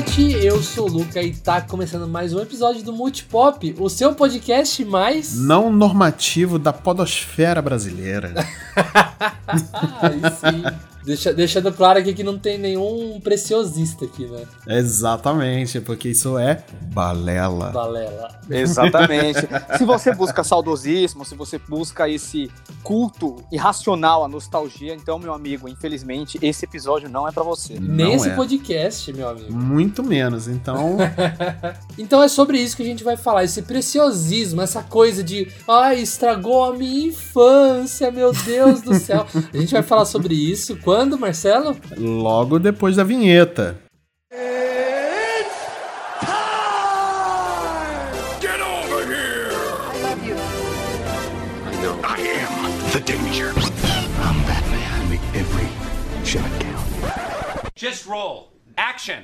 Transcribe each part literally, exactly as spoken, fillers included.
gente, eu sou o Luca e tá começando mais um episódio do Multipop, o seu podcast mais... não normativo da podosfera brasileira. Aí sim. Deixa, deixando claro aqui que não tem nenhum preciosista aqui, né? Exatamente, porque isso é balela. Balela. Exatamente. Se você busca saudosismo, se você busca esse culto irracional à nostalgia, então, meu amigo, infelizmente, esse episódio não é pra você. Nem Não esse é. podcast, meu amigo. Muito menos, então... Então é sobre isso que a gente vai falar, esse preciosismo, essa coisa de ai, estragou a minha infância, meu Deus do céu. A gente vai falar sobre isso quando, Marcelo? Logo depois da vinheta. The danger. I'm Batman. I make every shot count. Just roll. Action.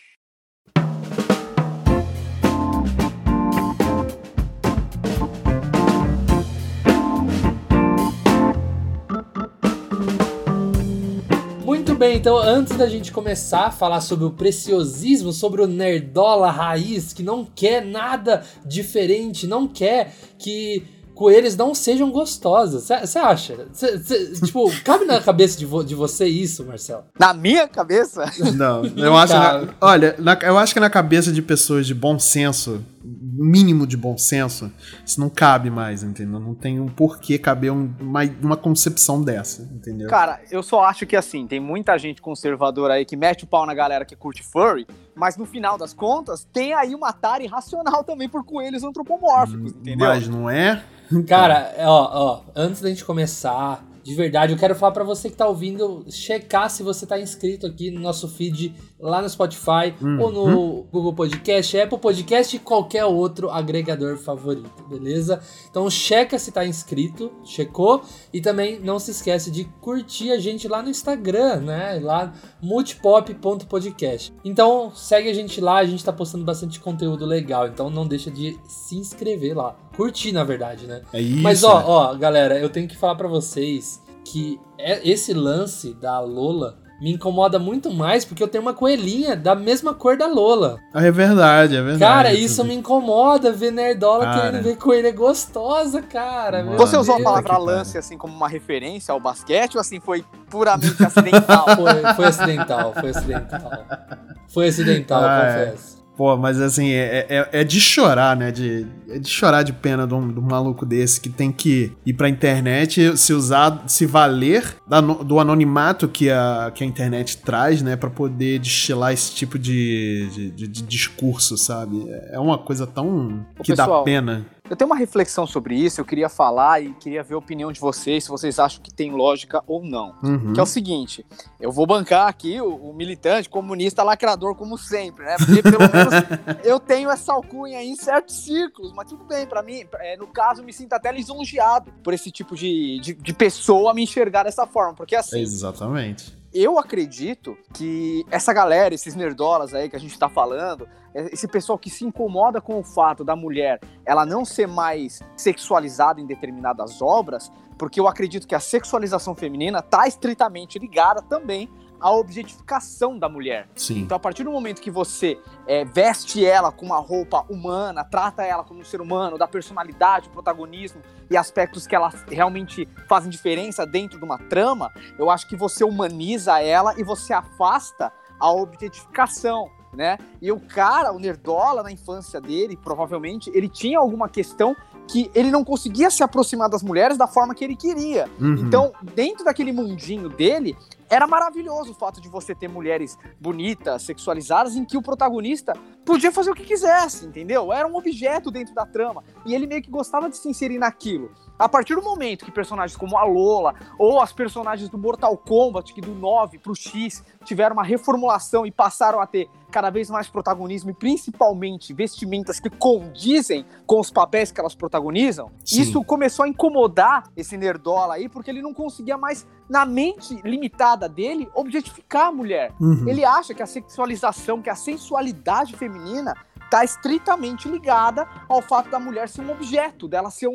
Muito bem, então antes da gente começar a falar sobre o preciosismo, sobre o nerdola raiz, que não quer nada diferente, não quer que coelhos não sejam gostosas. Você acha? Cê, cê, tipo, cabe na cabeça de, vo, de você isso, Marcelo? Na minha cabeça? Não, eu acho... Na, olha, na, eu acho que na cabeça de pessoas de bom senso, mínimo de bom senso, isso não cabe mais, entendeu? Não tem um porquê caber um, uma, uma concepção dessa, entendeu? Cara, eu só acho que assim, tem muita gente conservadora aí que mete o pau na galera que curte furry, mas no final das contas, tem aí uma tara irracional também por coelhos antropomórficos, entendeu? Mas não é... Cara, ó, ó, antes da gente começar, de verdade, eu quero falar pra você que tá ouvindo, checar se você tá inscrito aqui no nosso feed, lá no Spotify, hum, ou no hum. Google Podcast, Apple Podcast e qualquer outro agregador favorito, beleza? Então checa se tá inscrito, checou? E também não se esquece de curtir a gente lá no Instagram, né? Lá, multipop ponto podcast. Então segue a gente lá, a gente tá postando bastante conteúdo legal, então não deixa de se inscrever lá. Curtir, na verdade, né? É isso. Mas ó, ó, galera, eu tenho que falar pra vocês que esse lance da Lola me incomoda muito mais porque eu tenho uma coelhinha da mesma cor da Lola. É verdade, é verdade. Cara, isso me incomoda, ver nerdola Cara. querendo ver coelha gostosa, cara. Mano, Você usou a Deus. palavra que lance pariu. assim como uma referência ao basquete ou assim foi puramente acidental? Foi, foi acidental, foi acidental. Foi acidental, Ah, é. confesso. Pô, mas assim, é, é, é de chorar, né? De, é de chorar de pena de um, de um maluco desse que tem que ir pra internet, se usar, se valer da, do anonimato que a, que a internet traz, né? Pra poder destilar esse tipo de, de, de, de discurso, sabe? É uma coisa tão... Ô, que pessoal, dá pena. Eu tenho uma reflexão sobre isso, eu queria falar e queria ver a opinião de vocês, se vocês acham que tem lógica ou não. Uhum. Que é o seguinte, eu vou bancar aqui o, o militante comunista lacrador como sempre, né? Porque pelo menos eu tenho essa alcunha aí em certos círculos, mas tudo bem, pra mim, é, no caso, eu me sinto até lisonjeado por esse tipo de, de, de pessoa me enxergar dessa forma, porque assim... Exatamente. Eu acredito que essa galera, esses nerdolas aí que a gente tá falando, esse pessoal que se incomoda com o fato da mulher ela não ser mais sexualizada em determinadas obras, porque eu acredito que a sexualização feminina tá estritamente ligada também à objetificação da mulher. Sim. Então, a partir do momento que você é, veste ela com uma roupa humana, trata ela como um ser humano, dá personalidade, protagonismo e aspectos que ela realmente fazem diferença dentro de uma trama, eu acho que você humaniza ela e você afasta a objetificação, né? E o cara, o nerdola, na infância dele, provavelmente, ele tinha alguma questão que ele não conseguia se aproximar das mulheres da forma que ele queria. Uhum. Então, dentro daquele mundinho dele, era maravilhoso o fato de você ter mulheres bonitas, sexualizadas, em que o protagonista podia fazer o que quisesse, entendeu? Era um objeto dentro da trama. E ele meio que gostava de se inserir naquilo. A partir do momento que personagens como a Lola, ou as personagens do Mortal Kombat, que do nove pro X, tiveram uma reformulação e passaram a ter cada vez mais protagonismo e principalmente vestimentas que condizem com os papéis que elas protagonizam, Sim. Isso começou a incomodar esse nerdola aí, porque ele não conseguia mais, na mente limitada dele, objetificar a mulher. Uhum. Ele acha que a sexualização, que a sensualidade feminina está estritamente ligada ao fato da mulher ser um objeto, dela ser um,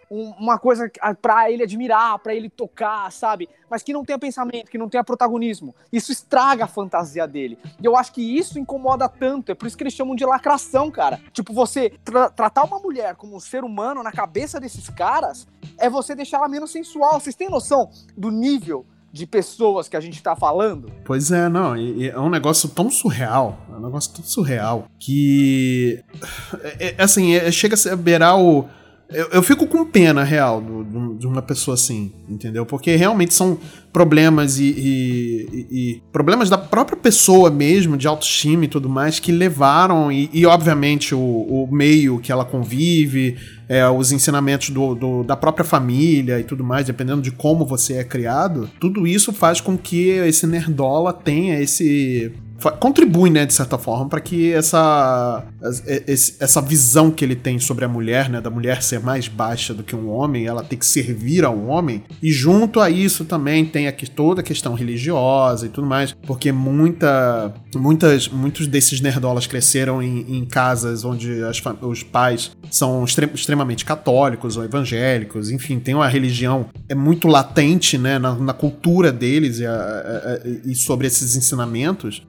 um, uma coisa pra ele admirar, pra ele tocar, sabe? Mas que não tenha pensamento, que não tenha protagonismo. Isso estraga a fantasia dele. E eu acho que isso incomoda tanto, é por isso que eles chamam de lacração, cara. Tipo, você tra- tratar uma mulher como um ser humano na cabeça desses caras é você deixar ela menos sensual. Vocês têm noção do nível de pessoas que a gente tá falando? Pois é, não, e, e é um negócio tão surreal, é um negócio tão surreal, que, é, é, assim, é, chega a beirar o... Eu, eu fico com pena, real, do, do, de uma pessoa assim, entendeu? Porque realmente são problemas e, e, e, e problemas da própria pessoa mesmo, de autoestima e tudo mais, que levaram, e, e obviamente o, o meio que ela convive, é, os ensinamentos do, do, da própria família e tudo mais, dependendo de como você é criado, tudo isso faz com que esse nerdola tenha esse... contribui, né, de certa forma, para que essa, essa visão que ele tem sobre a mulher, né, da mulher ser mais baixa do que um homem, ela ter que servir ao homem, e junto a isso também tem aqui toda a questão religiosa e tudo mais, porque muita, muitas, muitos desses nerdolas cresceram em, em casas onde as, os pais são extre- extremamente católicos ou evangélicos, enfim, tem uma religião é muito latente, né, na, na cultura deles e, a, a, a, e sobre esses ensinamentos,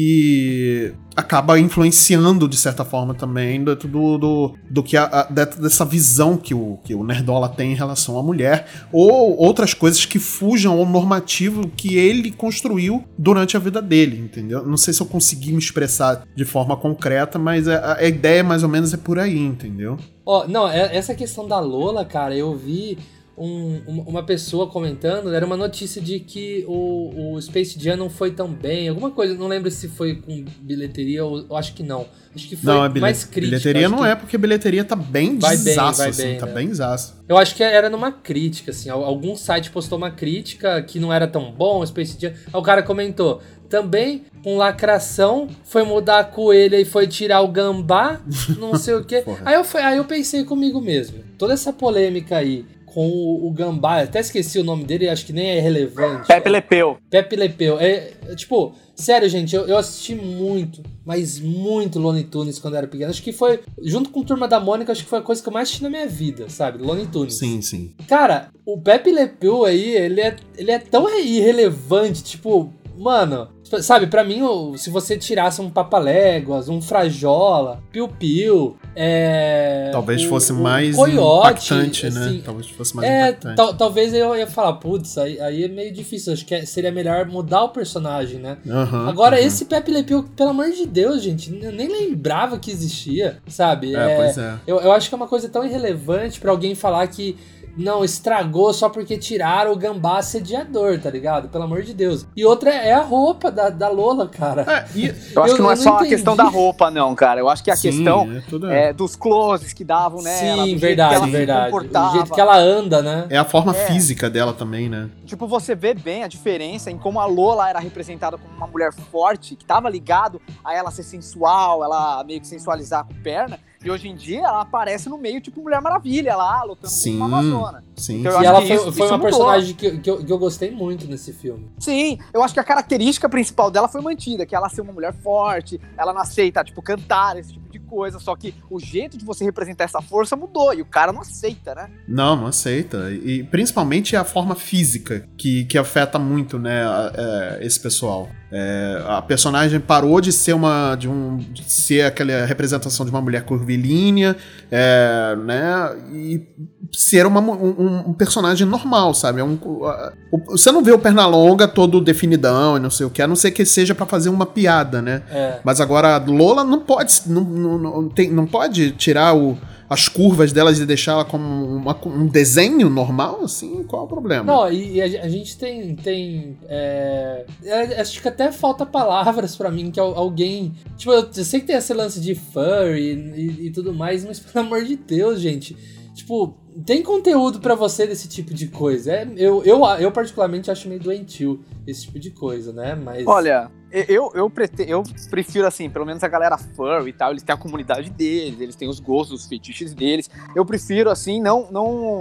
que acaba influenciando, de certa forma, também do, do, do, do que a, a, dessa visão que o, que o nerdola tem em relação à mulher, ou outras coisas que fujam ao normativo que ele construiu durante a vida dele, entendeu? Não sei se eu consegui me expressar de forma concreta, mas a, a ideia mais ou menos é por aí, entendeu? Ó, oh, não, essa questão da Lola, cara, eu vi um, uma pessoa comentando, era uma notícia de que o, o Space Jam não foi tão bem, alguma coisa, não lembro se foi com bilheteria ou eu acho que não. Acho que foi não, é bilhe- mais crítica. Bilheteria não que... é, porque bilheteria tá bem vai desaço, bem, vai assim, bem, tá né? bem desaço. Eu acho que era numa crítica, assim, algum site postou uma crítica que não era tão bom, o Space Jam, aí o cara comentou, também com lacração, foi mudar a coelha e foi tirar o gambá, não sei o quê. Aí eu, aí eu pensei comigo mesmo, toda essa polêmica aí, com o, o gambá, até esqueci o nome dele, acho que nem é relevante. Pepe Le Pew. Pepe Le Pew. É, é, tipo, sério, gente, eu, eu assisti muito, mas muito Looney Tunes quando eu era pequeno. Acho que foi, junto com Turma da Mônica, acho que foi a coisa que eu mais assisti na minha vida, sabe? Looney Tunes. Sim, sim. Cara, o Pepe Le Pew aí, ele é, ele é tão irrelevante, tipo, mano... Sabe, pra mim, se você tirasse um Papaléguas, um Frajola, Piu Piu, é... Talvez o, fosse o mais Coyote, impactante, assim, né? Talvez fosse mais é, impactante. Tal, talvez eu ia falar, putz, aí, aí é meio difícil, acho que seria melhor mudar o personagem, né? Uhum, Agora, uhum. esse Pepe Le Pew, pelo amor de Deus, gente, eu nem lembrava que existia, sabe? É, é, pois é. Eu, eu acho que é uma coisa tão irrelevante pra alguém falar que não, estragou só porque tiraram o gambá assediador, tá ligado? Pelo amor de Deus. E outra é a roupa da, da Lola, cara. É, e... Eu acho eu, que não é só não a questão da roupa, não, cara. Eu acho que a Sim, questão é, tudo é dos closes que davam nela. Sim, do verdade, jeito que ela verdade. se comportava. O jeito que ela anda, né? É a forma É. física dela também, né? Tipo, você vê bem a diferença em como a Lola era representada como uma mulher forte, que tava ligado a ela ser sensual, ela meio que sensualizar com perna. E hoje em dia ela aparece no meio, tipo, Mulher Maravilha lá, lutando Sim, com uma Amazona. sim. Então, eu E acho ela que foi, isso- foi isso uma mudou. personagem que, que, eu, que eu gostei muito nesse filme. Sim, eu acho que a característica principal dela foi mantida, que ela ser uma mulher forte, ela não aceita, tipo, cantar, esse tipo de coisa, só que o jeito de você representar essa força mudou, e o cara não aceita, né? Não, não aceita. E principalmente a forma física que, que afeta muito, né, a- é, esse pessoal. É, a personagem parou de ser uma de um de ser aquela representação de uma mulher curvilínea, é, né, e ser uma, um, um personagem normal, sabe? É um, o, você não vê o Pernalonga todo definidão e não sei o que, a não ser que seja pra fazer uma piada, né? É. Mas agora a Lola não pode não, não, não, tem, não pode tirar o as curvas delas e deixar ela como uma, um desenho normal, assim, qual é o problema? Não, e, e a, a gente tem. tem é, é, acho que até falta palavras pra mim, que al- alguém. Tipo, eu, eu sei que tem esse lance de furry e, e tudo mais, mas pelo amor de Deus, gente. Tipo, tem conteúdo pra você desse tipo de coisa. É, eu, eu, eu, particularmente, acho meio doentio esse tipo de coisa, né? Mas. Olha, eu, eu, prete, eu prefiro, assim, pelo menos a galera furry e tal, eles têm a comunidade deles, eles têm os gostos, os fetiches deles. Eu prefiro, assim, não, não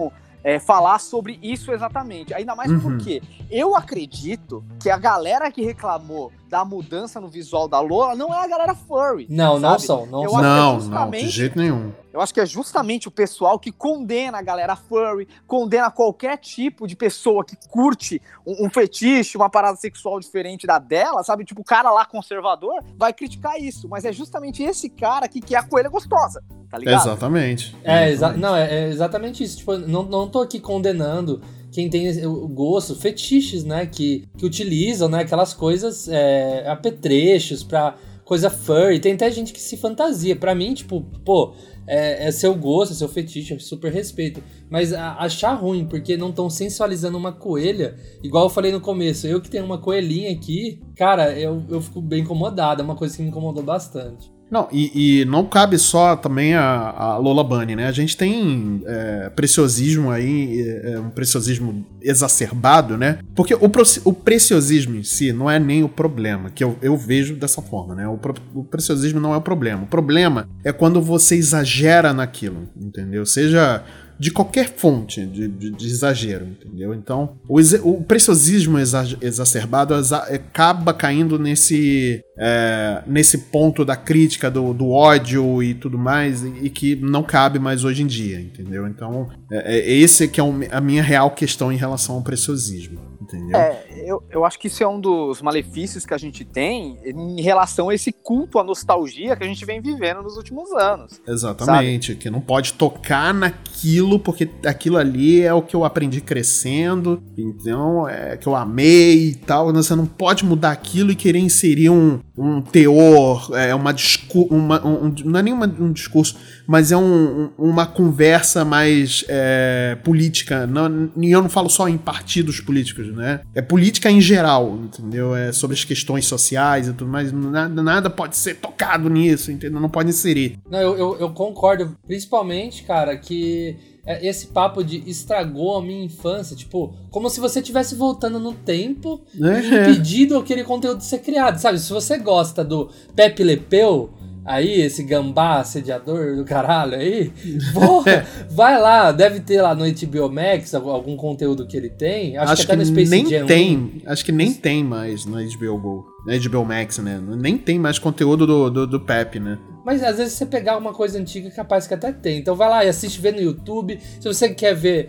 é, falar sobre isso exatamente. Ainda mais Uhum. porque eu acredito que a galera que reclamou da mudança no visual da Lola não é a galera furry. Não, não sabe? são, não Eu são. acho que é Não, não, de justamente- jeito nenhum. Eu acho que é justamente o pessoal que condena a galera furry, condena qualquer tipo de pessoa que curte um, um fetiche, uma parada sexual diferente da dela, sabe? Tipo, o cara lá conservador vai criticar isso. Mas é justamente esse cara que quer a coelha gostosa, tá ligado? Exatamente. É, exa Exatamente. não, é, é exatamente isso. Tipo, não, não tô aqui condenando quem tem o gosto, fetiches, né? Que, que utilizam, né? Aquelas coisas, é, apetrechos pra coisa furry. Tem até gente que se fantasia. Pra mim, tipo, pô, é, é seu gosto, é seu fetiche, é super respeito. Mas a, achar ruim porque não estão sensualizando uma coelha, igual eu falei no começo, eu que tenho uma coelhinha aqui, cara, eu, eu fico bem incomodado. É uma coisa que me incomodou bastante. Não, e, e não cabe só também a, a Lola Bunny, né? A gente tem é, preciosismo aí, é, um preciosismo exacerbado, né? Porque o, o preciosismo em si não é nem o problema, que eu, eu vejo dessa forma, né? O, o preciosismo não é o problema. O problema é quando você exagera naquilo, entendeu? Seja de qualquer fonte de, de, de exagero, entendeu? Então, o, o preciosismo exa, exacerbado exa, acaba caindo nesse, é, nesse ponto da crítica, do, do ódio e tudo mais, e, e que não cabe mais hoje em dia, entendeu? Então, é, é esse que é um, a minha real questão em relação ao preciosismo, entendeu? É, eu, eu acho que isso é um dos malefícios que a gente tem em relação a esse culto à nostalgia que a gente vem vivendo nos últimos anos. Exatamente, sabe? Que não pode tocar naquilo, porque aquilo ali é o que eu aprendi crescendo, então é que eu amei e tal. Você não pode mudar aquilo e querer inserir um, um teor, é uma, discu uma um, não é nem uma, um discurso, mas é um, uma conversa mais é, política. Não, e eu não falo só em partidos políticos, né? É política em geral, entendeu? É sobre as questões sociais e tudo mais. Nada, nada pode ser tocado nisso, entendeu? Não pode inserir. Não, eu, eu, eu concordo, principalmente, cara, que esse papo de estragou a minha infância, tipo, como se você estivesse voltando no tempo É. e impedido aquele conteúdo de ser criado, sabe? Se você gosta do Pepe Le Pew, aí, esse gambá assediador do caralho aí, porra, vai lá, deve ter lá no H B O Max algum conteúdo que ele tem, acho, Acho que até que no Space nem Jam tem, um. acho que nem tem mais no H B O Go, no H B O Max, né? Nem tem mais conteúdo do, do, do Pepe, né? Mas às vezes você pegar uma coisa antiga, capaz que até tem. Então vai lá e assiste, vê no YouTube. Se você quer ver,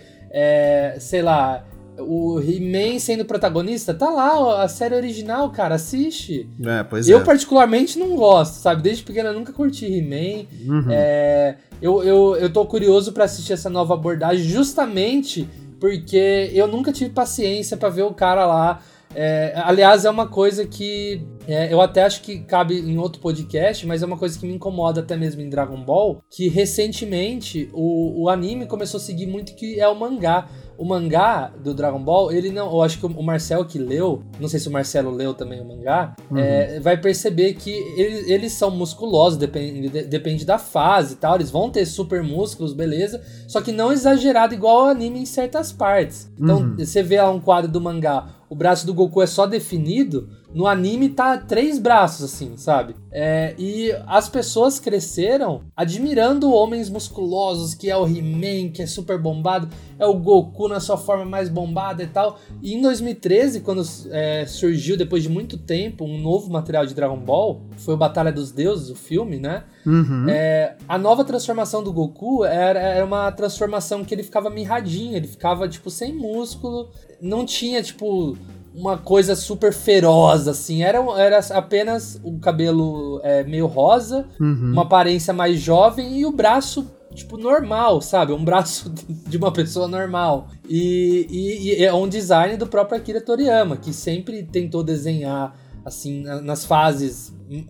é, sei lá, o He-Man sendo protagonista, tá lá ó, a série original, cara, assiste. É, pois eu é. particularmente não gosto, sabe? Desde pequeno eu nunca curti He-Man. Uhum. É, eu, eu, eu tô curioso pra assistir essa nova abordagem justamente porque eu nunca tive paciência pra ver o cara lá. É, aliás, é uma coisa que é, eu até acho que cabe em outro podcast, mas é uma coisa que me incomoda até mesmo em Dragon Ball, que recentemente o, o anime começou a seguir muito, que é o mangá. O mangá do Dragon Ball, ele não... Eu acho que o Marcelo que leu, não sei se o Marcelo leu também o mangá, uhum. é, vai perceber que eles, eles são musculosos, depende, depende da fase e tal, eles vão ter super músculos, beleza, só que não exagerado igual ao anime em certas partes. Então, uhum. você vê lá um quadro do mangá, o braço do Goku é só definido, no anime tá três braços, assim, sabe? É, e as pessoas cresceram admirando homens musculosos, que é o He-Man, que é super bombado, é o Goku na sua forma mais bombada e tal. E em dois mil e treze, quando é, surgiu, depois de muito tempo, um novo material de Dragon Ball, foi o Batalha dos Deuses, o filme, né? Uhum. É, a nova transformação do Goku era, era uma transformação que ele ficava mirradinho, ele ficava, tipo, sem músculo, não tinha, tipo... uma coisa super feroz, assim, era, era apenas o cabelo é, meio rosa, uhum. uma aparência mais jovem e o braço, tipo, normal, sabe? Um braço de uma pessoa normal. E, e, e é um design do próprio Akira Toriyama, que sempre tentou desenhar, assim, nas fases...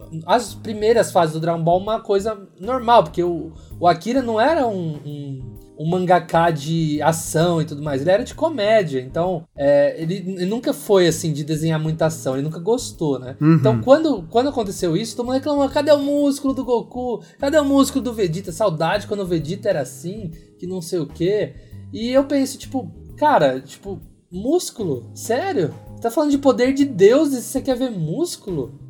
as primeiras fases do Dragon Ball, uma coisa normal, porque o, o Akira não era um... um um mangaka de ação e tudo mais, ele era de comédia, então é, ele, ele nunca foi assim de desenhar muita ação, ele nunca gostou, né? Uhum. Então quando, quando aconteceu isso, todo mundo reclamou, cadê o músculo do Goku? Cadê o músculo do Vegeta? Saudade quando o Vegeta era assim, que não sei o quê. E eu penso, tipo, cara, tipo, músculo? Sério? Você tá falando de poder de Deus e você quer ver músculo?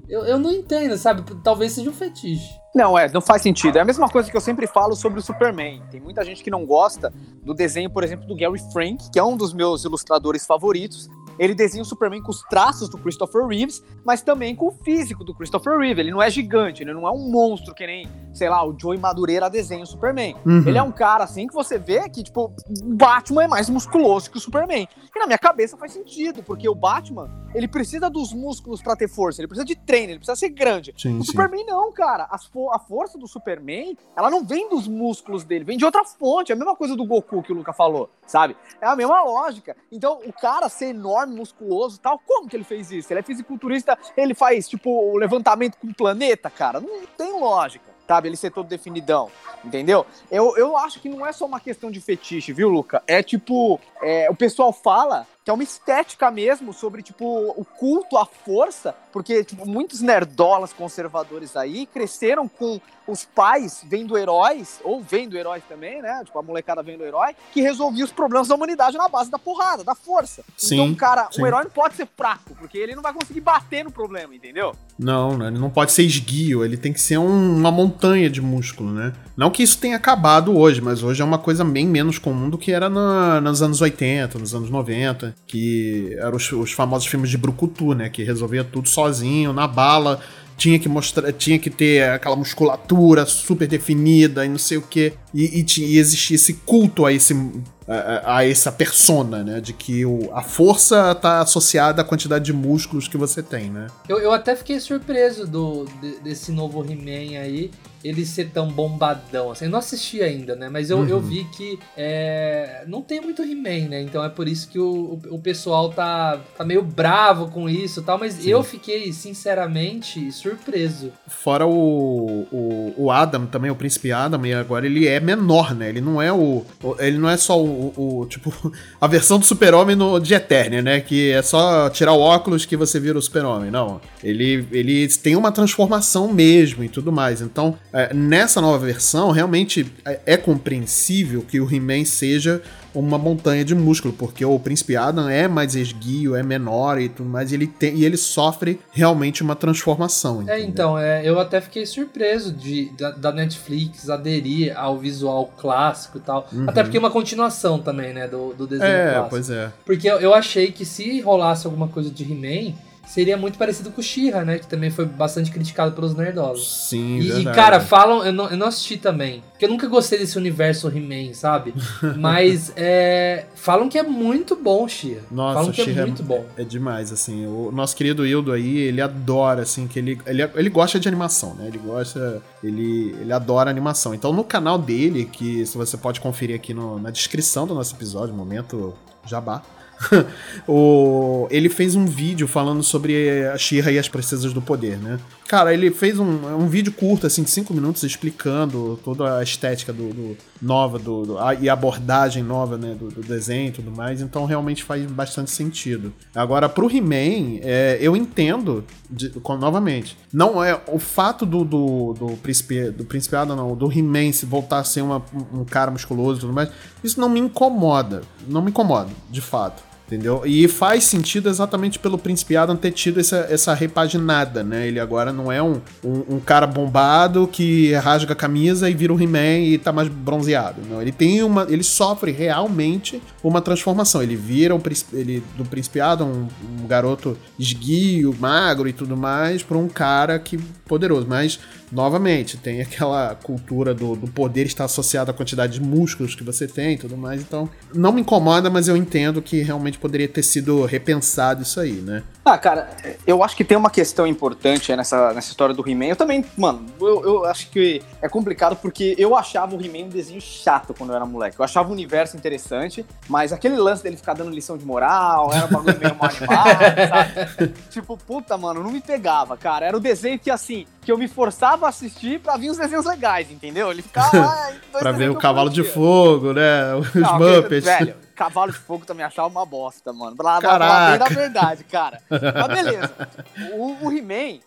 Eu, eu não entendo, sabe? Talvez seja um fetiche. Não, é, não faz sentido. É a mesma coisa que eu sempre falo sobre o Superman. Tem muita gente que não gosta do desenho, por exemplo, do Gary Frank, que é um dos meus ilustradores favoritos. Ele desenha o Superman com os traços do Christopher Reeves, mas também com o físico do Christopher Reeves. Ele não é gigante, ele não é um monstro que nem, sei lá, o Joey Madureira desenha o Superman. Uhum. Ele é um cara, assim, que você vê que, tipo, o Batman é mais musculoso que o Superman. E na minha cabeça faz sentido, porque o Batman, ele precisa dos músculos pra ter força, ele precisa de treino, ele precisa ser grande. Sim, o sim. Superman não, cara. A, fo- a força do Superman, ela não vem dos músculos dele, vem de outra fonte. É a mesma coisa do Goku que o Luca falou, sabe? É a mesma lógica. Então, o cara ser enorme, musculoso e tal, como que ele fez isso? Ele é fisiculturista, ele faz, tipo, o levantamento com o planeta, cara? Não tem lógica, sabe? Ele ser todo definidão, entendeu? Eu, eu acho que não é só uma questão de fetiche, viu, Luca? É tipo, é, o pessoal fala que é uma estética mesmo sobre, tipo, o culto à força, porque, tipo, muitos nerdolas conservadores aí cresceram com os pais vendo heróis, ou vendo heróis também, né? Tipo, a molecada vendo herói, que resolvia os problemas da humanidade na base da porrada, da força. Sim, então, cara, sim. um herói não pode ser fraco, porque ele não vai conseguir bater no problema, entendeu? Não, né? Ele não pode ser esguio, ele tem que ser um- uma montanha de músculo, né? Não que isso tenha acabado hoje, mas hoje é uma coisa bem menos comum do que era na- nos anos oitenta, nos anos noventa, que eram os, os famosos filmes de brucutu, né? Que resolvia tudo sozinho, na bala, tinha que mostrar, tinha que ter aquela musculatura super definida e não sei o quê. E, e, ti- e existia esse culto a esse... A, a essa persona, né? De que o, a força tá associada à quantidade de músculos que você tem, né? Eu, eu até fiquei surpreso do, de- desse novo He-Man aí, ele ser tão bombadão, assim. Eu não assisti ainda, né? Mas eu, Uhum. eu vi que é, não tem muito He-Man, né? Então é por isso que o, o, o pessoal tá, tá meio bravo com isso e tal. Mas Sim. eu fiquei, sinceramente, surpreso. Fora o, o, o Adam também, o Príncipe Adam, e agora ele é menor, né? Ele não é o... o- ele não é só o, o- o, tipo, a versão do Super-Homem no, de Eternia, né? Que é só tirar o óculos que você vira o Super-Homem. Não. Ele, ele tem uma transformação mesmo e tudo mais. Então, é, nessa nova versão, realmente é, é compreensível que o He-Man seja uma montanha de músculo, porque o Príncipe Adam é mais esguio, é menor e tudo mais, e ele, tem, e ele sofre realmente uma transformação. É, entendeu? então, é, eu até fiquei surpreso de, da, da Netflix aderir ao visual clássico e tal. Uhum. Até porque é uma continuação também, né, do, do desenho É, clássico. pois é. Porque eu, eu achei que se rolasse alguma coisa de He-Man, seria muito parecido com o She-Ra, né, que também foi bastante criticado pelos nerdolas. Sim, E, e, verdade. cara, falam... Eu não, eu não assisti também, porque eu nunca gostei desse universo He-Man, sabe? Mas é, falam que é muito bom, She-Ra. Nossa, falam que é She-Ra muito bom. É demais, assim. O nosso querido Hildo aí, ele adora, assim, que ele, ele, ele gosta de animação, né? Ele gosta, ele, ele adora animação. Então, no canal dele, que se você pode conferir aqui no, na descrição do nosso episódio, momento jabá, o, ele fez um vídeo falando sobre a She-Ra e as Princesas do Poder, né? Cara, ele fez um, um vídeo curto, assim, de cinco minutos, explicando toda a estética do, do nova do, do, a, e a abordagem nova, né, do, do desenho e tudo mais, então realmente faz bastante sentido. Agora, pro He-Man, é, eu entendo, de, com, novamente, não é o fato do, do, do príncipe, do príncipe Adam, não, do He-Man se voltar a ser uma, um cara musculoso e tudo mais, isso não me incomoda, não me incomoda, de fato. Entendeu? E faz sentido exatamente pelo Príncipe Adam ter tido essa, essa repaginada, né? Ele agora não é um, um, um cara bombado que rasga a camisa e vira o He-Man e tá mais bronzeado. Não, ele tem uma. Ele sofre realmente uma transformação. Ele vira um, ele, do Príncipe Adam, um, um garoto esguio, magro e tudo mais, pra um cara que poderoso. Mas, novamente, tem aquela cultura do, do poder estar associado à quantidade de músculos que você tem e tudo mais. Então, não me incomoda, mas eu entendo que realmente poderia ter sido repensado isso aí, né? Ah, cara, eu acho que tem uma questão importante aí nessa, nessa história do He-Man. Eu também, mano, eu, eu acho que é complicado porque eu achava o He-Man um desenho chato quando eu era moleque. Eu achava o universo interessante, mas aquele lance dele ficar dando lição de moral, era um bagulho meio mal animado, sabe? Tipo, puta, mano, não me pegava, cara. Era o desenho que, assim, que eu me forçava a assistir pra vir os desenhos legais, entendeu? Ele ficava lá... Pra ver o Cavalo de Fogo, né? Os não, Muppets. Velho, Cavalo de Fogo também achava uma bosta, mano. Pra Caraca. falar bem da verdade, cara. Mas beleza. O, o He-Man,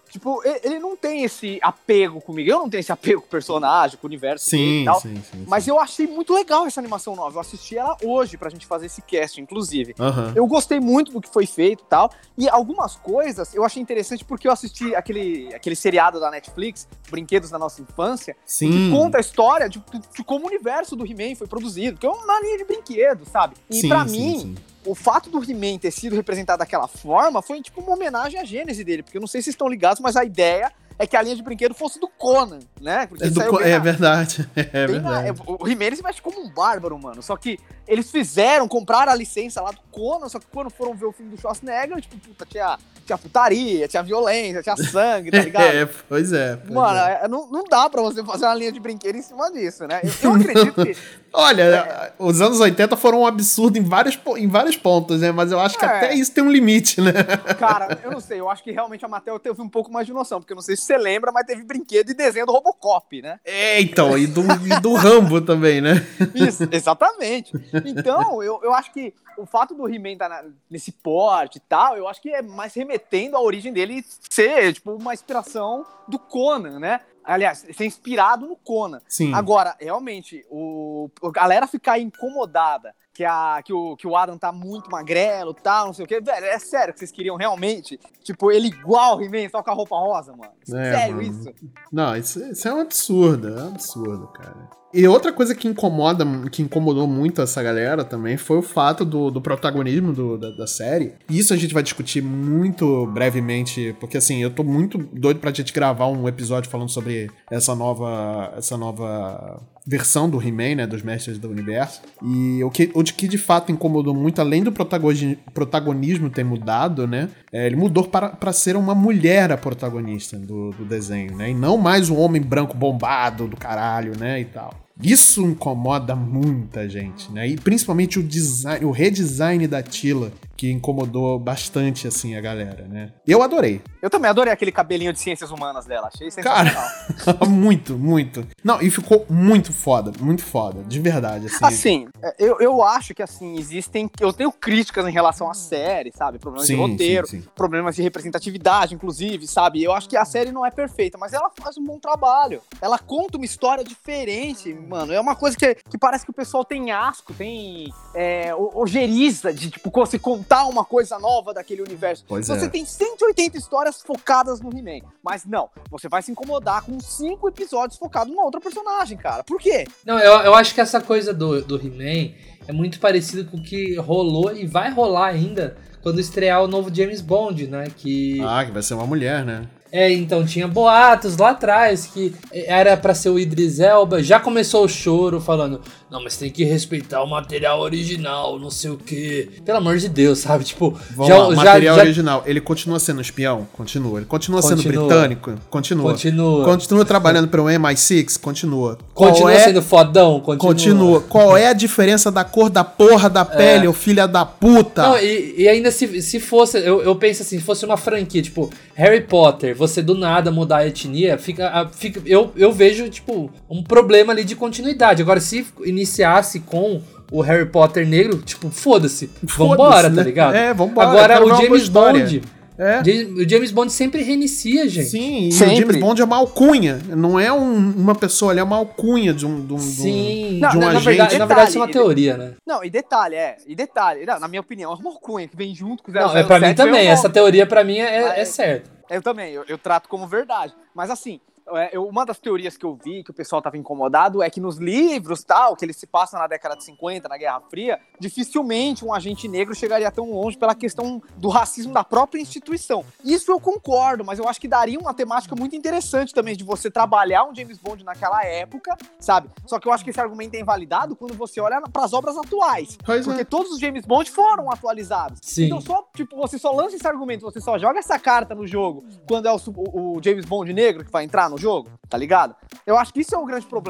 Tipo, ele não tem esse apego comigo. Eu não tenho esse apego com o personagem, com o universo dele Sim, e tal. sim, sim, sim. Mas eu achei muito legal essa animação nova. Eu assisti ela hoje pra gente fazer esse cast, inclusive. Aham. Eu gostei muito do que foi feito e tal. E algumas coisas eu achei interessante porque eu assisti aquele, aquele seriado da Netflix, Brinquedos da Nossa Infância, Sim. que conta a história de, de como o universo do He-Man foi produzido, que é uma linha de brinquedo, sabe? E Sim, pra sim, mim, sim. o fato do He-Man ter sido representado daquela forma foi tipo uma homenagem à gênese dele, porque eu não sei se vocês estão ligados, mas a ideia é que a linha de brinquedo fosse do Conan, né? Porque É, do saiu co- bem é na- verdade. É bem na- verdade. é, o He-Man ele se veste como um bárbaro, mano. Só que eles fizeram, compraram a licença lá do Conan, só que quando foram ver o filme do Schwarzenegger, tipo, puta, tinha, tinha putaria, tinha violência, tinha sangue, tá ligado? É, pois é. Pois Mano, é. é, não, não dá pra você fazer uma linha de brinquedo em cima disso, né? Eu, eu acredito que... Olha, É. os anos oitenta foram um absurdo em vários, po- em vários pontos, né? Mas eu acho que É. até isso tem um limite, né? Cara, eu não sei, eu acho que realmente a Mattel teve um pouco mais de noção, porque eu não sei se você lembra, mas teve brinquedo e desenho do Robocop, né? É, então, e do, e do Rambo também, né? Isso, exatamente. Então, eu, eu acho que o fato do He-Man estar na- nesse porte e tal, eu acho que é mais remetendo à origem dele ser, tipo, uma inspiração do Conan, né? Aliás, ser inspirado no Conan. Sim. Agora, realmente, o, a galera ficar incomodada que, a, que, o, que o Adam tá muito magrelo e tal, não sei o quê. Velho, é sério que vocês queriam realmente? Tipo, ele igual o He-Man, só com a roupa rosa, mano? É, Sério mano. isso? Não, isso, isso é um absurdo, é um absurdo, cara. E outra coisa que incomoda, que incomodou muito essa galera também foi o fato do, do protagonismo do, da, da série. E isso a gente vai discutir muito brevemente, porque assim, eu tô muito doido pra gente gravar um episódio falando sobre essa nova, essa nova versão do He-Man, né, dos Mestres do Universo. E o que, o de que de fato incomodou muito, além do protagoni- protagonismo ter mudado, né, é, ele mudou para, para ser uma mulher a protagonista do, do desenho, né, e não mais um homem branco bombado do caralho, né, e tal. Isso incomoda muita gente, né? E principalmente o design, o redesign da Tila, que incomodou bastante, assim, a galera, né? Eu adorei. Eu também adorei aquele cabelinho de ciências humanas dela, achei sensacional. Cara, muito, muito. Não, e ficou muito foda, muito foda, de verdade, assim. Assim, eu, eu acho que, assim, existem... Eu tenho críticas em relação à série, sabe? Problemas Sim, de roteiro, sim, sim. problemas de representatividade, inclusive, sabe? Eu acho que a série não é perfeita, mas ela faz um bom trabalho. Ela conta uma história diferente, mano. É uma coisa que, que parece que o pessoal tem asco, tem é, o- ojeriza de, tipo, você contar uma coisa nova daquele universo. Pois você é. tem cento e oitenta histórias focadas no He-Man, mas não, você vai se incomodar com cinco episódios focados numa outra personagem, cara. Por quê? Não, eu, eu acho que essa coisa do, do He-Man é muito parecida com o que rolou e vai rolar ainda quando estrear o novo James Bond, né? Que Ah, que vai ser uma mulher, né? É, então, tinha boatos lá atrás que era pra ser o Idris Elba. Já começou o choro falando, não, mas tem que respeitar o material original, não sei o quê. Pelo amor de Deus, sabe? Tipo, Vamos já, lá, o já, material já original, ele continua sendo espião? Continua. Ele continua, sendo Continua. britânico? Continua. Continua. Continua trabalhando para o M I seis? Continua. Qual continua é... sendo fodão, continua. Continua. Qual é a diferença da cor da porra da pele, ô filha da puta? Não, e, e ainda se, se fosse, eu, eu penso assim, se fosse uma franquia, tipo, Harry Potter, você do nada mudar a etnia, fica, a- fica eu, eu vejo, tipo, um problema ali de continuidade. Agora, se iniciasse com o Harry Potter negro, tipo, foda-se, vambora, Foda-se, tá né? ligado? É, vambora, eu Agora, quero ver o uma boa James história. Bond, É. James- o James Bond sempre reinicia, gente. Sim, e Sempre. o James Bond é uma alcunha. Não é um- uma pessoa, ele é uma alcunha de um, de um, de um- Sim, Não, de um na, na agente. verdade, na verdade isso é uma Detalhe, teoria, né? Não, e detalhe, é, e detalhe, não, na minha opinião, é uma alcunha que vem junto com o Não, é pra mim também, eu, essa teoria pra mim é, é Mas- certa. eu também, eu, eu trato como verdade. Mas assim, é, eu- uma das teorias que eu vi, que o pessoal tava incomodado, é que nos livros, tal, que eles se passam na década de cinquenta, na Guerra Fria, dificilmente um agente negro chegaria tão longe pela questão do racismo da própria instituição. Isso eu concordo, mas eu acho que daria uma temática muito interessante também de você trabalhar um James Bond naquela época, sabe? Só que eu acho que esse argumento é invalidado quando você olha para as obras atuais. Pois Porque é. todos os James Bond foram atualizados. Sim. Então só, tipo, você só lança esse argumento, você só joga essa carta no jogo quando é o, su- o- o James Bond negro que vai entrar no jogo, tá ligado? Eu acho que isso é o grande problema.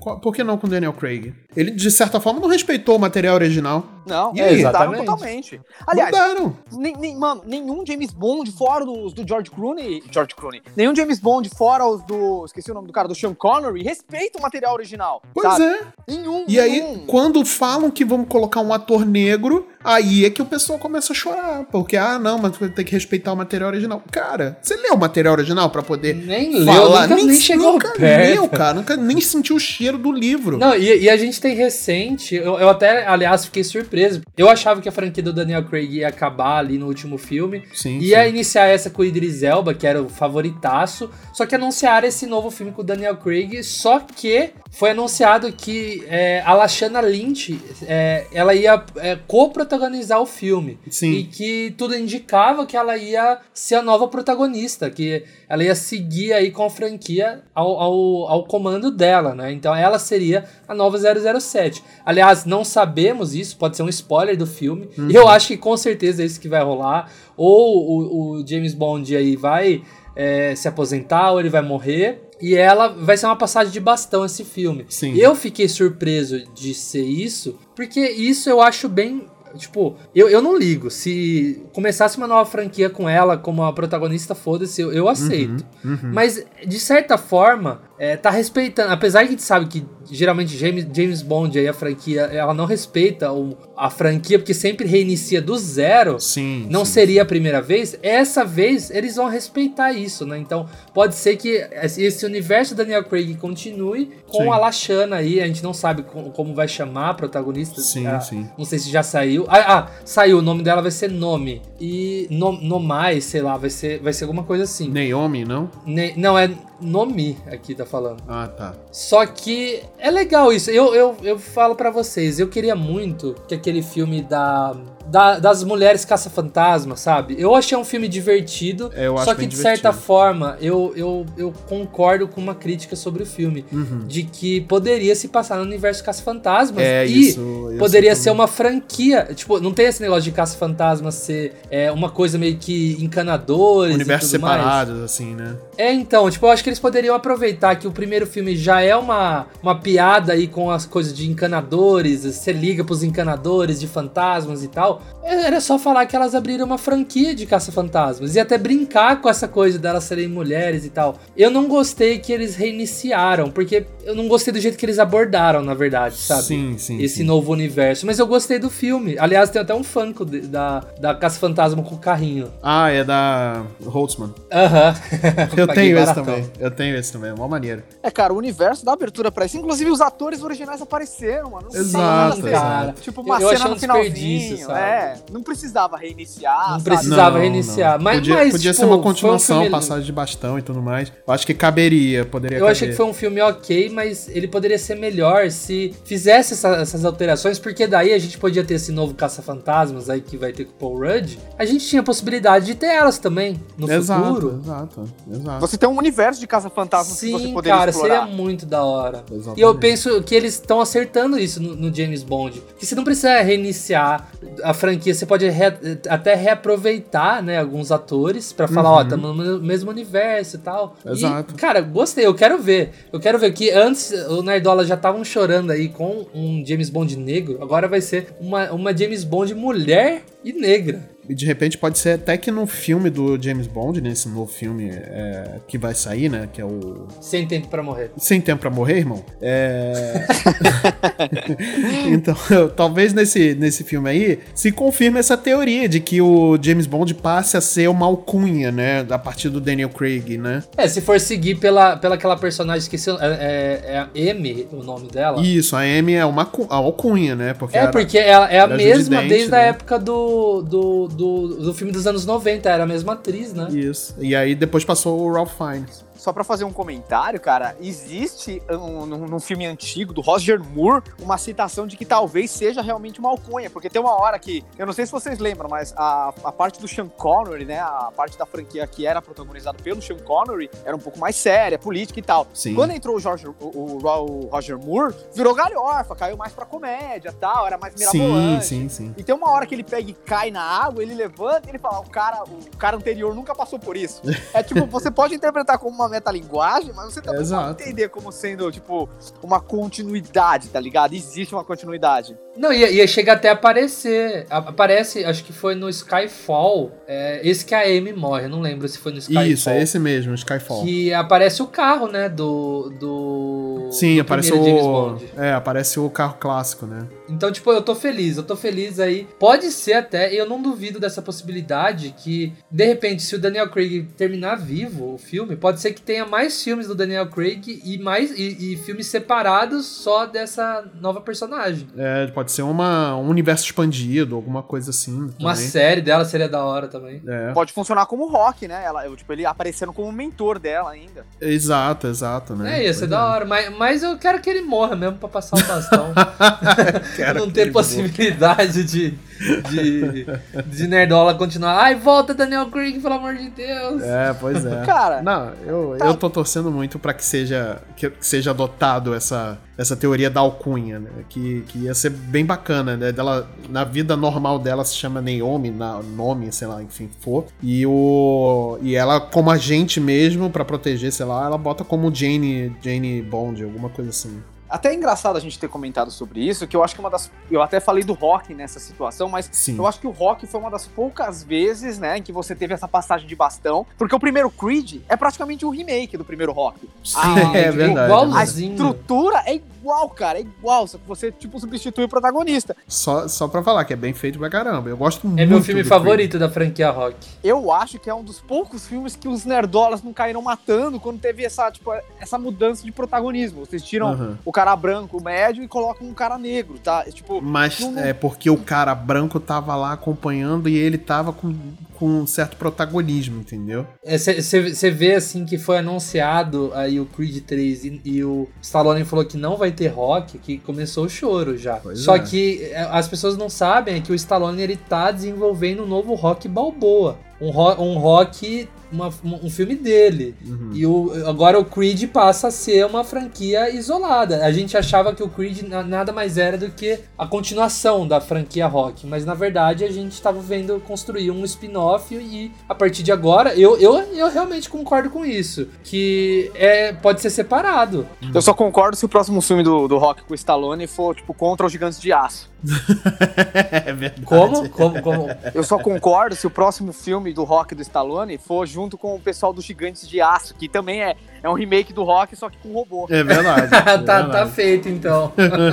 Por que não com o Daniel Craig? Ele, de certa forma, não respeitou o material original. Não, E eles aí? mudaram Exatamente. totalmente. Aliás, Mudaram. nem, nem- mano, nenhum James Bond fora os do George Clooney. George Clooney. Nenhum James Bond fora os do. Esqueci o nome do cara, do Sean Connery, respeita o material original. Pois sabe? é. Nenhum. E aí, nenhum. quando falam que vamos colocar um ator negro, aí é que o pessoal começa a chorar. Porque, ah, não, mas vai ter que respeitar o material original. Cara, você leu o material original pra poder Nem leu, falar? nunca nem chegou nunca perto. leu, cara. Nunca nem sentiu o cheiro do livro. Não, e, e a gente tem recente, eu, eu até, aliás, fiquei surpreso. Eu achava que a franquia do Daniel Craig ia acabar ali no último filme. Sim, Ia sim. iniciar essa com o Idris Elba, que era o favoritaço. Só que anunciaram esse novo filme com o Daniel Craig. Só que foi anunciado que é, a Lashana Lynch, é, ela ia é, co-protagonizar o filme. Sim. E que tudo indicava que ela ia ser a nova protagonista, que ela ia seguir aí com a franquia ao, ao, ao comando dela, né? Então ela seria a nova zero zero sete. Aliás, não sabemos isso, pode ser um spoiler do filme. Uhum. Eu acho que com certeza é isso que vai rolar. Ou o, o James Bond aí vai é, se aposentar, ou ele vai morrer. E ela vai ser uma passagem de bastão esse filme. Sim. Eu fiquei surpreso de ser isso, porque isso eu acho bem... Tipo, eu, eu não ligo. Se começasse uma nova franquia com ela como a protagonista, foda-se, eu, eu aceito. Uhum, uhum. Mas, de certa forma, é, tá respeitando. Apesar que a gente sabe que geralmente James, James Bond, aí a franquia, ela não respeita o, a franquia, porque sempre reinicia do zero. Sim. Não sim. seria a primeira vez. Essa vez, eles vão respeitar isso, né? Então, pode ser que esse universo Daniel Craig continue com Sim. a Lashana aí. A gente não sabe como, como vai chamar a protagonista. Sim, Ah, sim. Não sei se já saiu. Ah, ah, saiu. O nome dela vai ser Nome. E no, Nomai, sei lá, vai ser, vai ser alguma coisa assim. Naomi, não? Ne- não, é Nomi aqui, tá falando. Ah, tá. Só que é legal isso. Eu, eu, eu falo pra vocês, eu queria muito que aquele filme da, da- das mulheres caça-fantasma, sabe? Eu achei um filme divertido, É, eu acho só que bem de certa divertido. forma eu, eu, eu concordo com uma crítica sobre o filme. Uhum. De que poderia se passar no universo caça-fantasmas. É, e isso- isso poderia também. ser uma franquia. Tipo, não tem esse negócio de caça-fantasmas ser é, uma coisa meio que encanadores Universos e tudo mais. separados, assim, né? É, então, tipo, eu acho que eles poderiam aproveitar que o primeiro filme já é uma, uma piada aí com as coisas de encanadores, você liga pros encanadores de fantasmas e tal. Era só falar que elas abriram uma franquia de caça-fantasmas e até brincar com essa coisa delas serem mulheres e tal. Eu não gostei que eles reiniciaram, porque eu não gostei do jeito que eles abordaram, na verdade, sabe? Sim, sim. Esse sim. novo universo. Mas eu gostei do filme. Aliás, tem até um Funko de- da, da Caça-Fantasma com o carrinho. Ah, é da Holtzman. Aham. Eu Paguei tenho esse baratão. também. Eu tenho esse também, é mó maneiro. É, cara, o universo dá abertura pra isso. Inclusive, os atores originais apareceram, mano. Não Exato, sei, cara. exato. Tipo, uma Eu- eu cena achei no um finalzinho. desperdício, sabe? É, não precisava reiniciar, Não sabe? precisava Não, reiniciar. não. Mas, podia mas, podia tipo, ser uma foi um continuação, filme- passagem de bastão e tudo mais. Eu acho que caberia, poderia Eu caber. achei que foi um filme ok, mas ele poderia ser melhor se fizesse essa- essas alterações, porque daí a gente podia ter esse novo Caça-Fantasmas aí que vai ter com o Paul Rudd. A gente tinha a possibilidade de ter elas também no Exato, futuro. exato, exato. Você tem um universo de caça-fantasmas que você Sim, poderia cara, explorar. seria muito da hora. Exatamente. E eu penso que eles estão acertando isso no, no James Bond. Que você não precisa reiniciar a franquia, você pode re- até reaproveitar, né, alguns atores pra falar, ó, estamos no mesmo universo e tal. Exato. E, cara, gostei, eu quero ver. Eu quero ver que antes o Nerdola já estavam chorando aí com um James Bond negro, agora vai ser uma, uma James Bond mulher e negra. E de repente pode ser até que no filme do James Bond, nesse novo filme é, que vai sair, né? Que é o Sem Tempo pra Morrer. Sem Tempo pra Morrer, irmão. É... então, talvez nesse, nesse filme aí se confirme essa teoria de que o James Bond passe a ser uma alcunha, né? A partir do Daniel Craig, né? É, se for seguir pela, pela aquela personagem, esqueci, é, é, é a M, o nome dela. Isso, a Amy é uma cu- a alcunha, né? Porque É, era- porque ela é a era mesma Judi Dench, desde a né? época do, do, do, do filme dos anos noventa, era a mesma atriz, né? Isso. E aí depois passou o Ralph Fiennes. Só pra fazer um comentário, cara, existe um, num, num filme antigo do Roger Moore uma citação de que talvez seja realmente uma alcunha, porque tem uma hora que, eu não sei se vocês lembram, mas a, a parte do Sean Connery, né, a parte da franquia que era protagonizada pelo Sean Connery era um pouco mais séria, política e tal. Sim. Quando entrou o, George, o, o, o Roger Moore, virou galhofa, caiu mais pra comédia e tal, era mais Sim, mirabolante. sim, sim. E tem uma hora que ele pega e cai na água, ele levanta e ele fala, o cara, o cara anterior nunca passou por isso. É tipo, você pode interpretar como uma metalinguagem, mas você também Exato. pode entender como sendo, tipo, uma continuidade, tá ligado? Existe uma continuidade. Não, ia, ia chegar até a aparecer. A- Aparece, acho que foi no Skyfall. É, esse que a Amy morre, eu não lembro se foi no Skyfall. Isso, é esse mesmo, Skyfall. Que aparece o carro, né? Do. do Sim, do aparece primeiro James o. Bond. É, aparece o carro clássico, né? Então, tipo, eu tô feliz, eu tô feliz aí. Pode ser até, eu não duvido dessa possibilidade que, de repente, se o Daniel Craig terminar vivo o filme, pode ser que tenha mais filmes do Daniel Craig e mais e, e filmes separados só dessa nova personagem. É, pode ser uma, um universo expandido, alguma coisa assim. Uma também. série dela seria da hora também. É. Pode funcionar como Rock, né? Ela, eu, tipo, ele aparecendo como mentor dela ainda. Exato, exato, né? É, ia ser Pois da é. hora, mas, mas eu quero que ele morra mesmo pra passar o bastão. Quero Não que ter ele possibilidade de, de, de Nerdola continuar. Ai, volta Daniel Craig, pelo amor de Deus. É, pois é. Cara, Não, eu, tá. eu tô torcendo muito pra que seja, que seja adotado essa, essa teoria da alcunha, né? Que, que ia ser bem bacana, né? Dela, na vida normal dela se chama Naomi, na, nome, sei lá, enfim, for. E, o, e ela, como agente mesmo, pra proteger, sei lá, ela bota como Jane, Jane Bond, alguma coisa assim. até é engraçado a gente ter comentado sobre isso, que eu acho que uma das... Eu até falei do Rock nessa situação, mas Sim. eu acho que o Rock foi uma das poucas vezes, né, em que você teve essa passagem de bastão, porque o primeiro Creed é praticamente um remake do primeiro Rock. Sim, Ah, é tipo, verdade. A igualzinho. estrutura é igual, cara, é igual, só que você, tipo, substitui o protagonista. Só, só pra falar que é bem feito pra caramba. Eu gosto muito. É meu filme do favorito da franquia Rock. Eu acho que é um dos poucos filmes que os nerdolas não caíram matando quando teve essa, tipo, essa mudança de protagonismo. Vocês tiram Uhum. o cara branco médio e colocam um cara negro, tá? Tipo, Mas não- é porque o cara branco tava lá acompanhando e ele tava com, com um certo protagonismo, entendeu? Você vê assim que foi anunciado aí o Creed três e, e o Stallone falou que não vai ter Rock, que começou o choro já. Pois Só é. que é, as pessoas não sabem é que o Stallone ele tá desenvolvendo um novo Rock Balboa. Um, ro um Rock, uma, um filme dele. Uhum. E o, agora o Creed passa a ser uma franquia isolada. A gente achava que o Creed na- nada mais era do que a continuação da franquia Rock. Mas na verdade a gente estava vendo construir um spin-off e a partir de agora, eu, eu, eu realmente concordo com isso. Que é, pode ser separado. eu só concordo se o próximo filme do, do Rock com o Stallone for, tipo, contra os Gigantes de Aço. É verdade. Como? Como? Como? Eu só concordo se o próximo filme do Rock e do Stallone for junto com o pessoal dos Gigantes de Aço, que também é, é um remake do Rock, só que com robô. É verdade. tá, é tá verdade. feito então.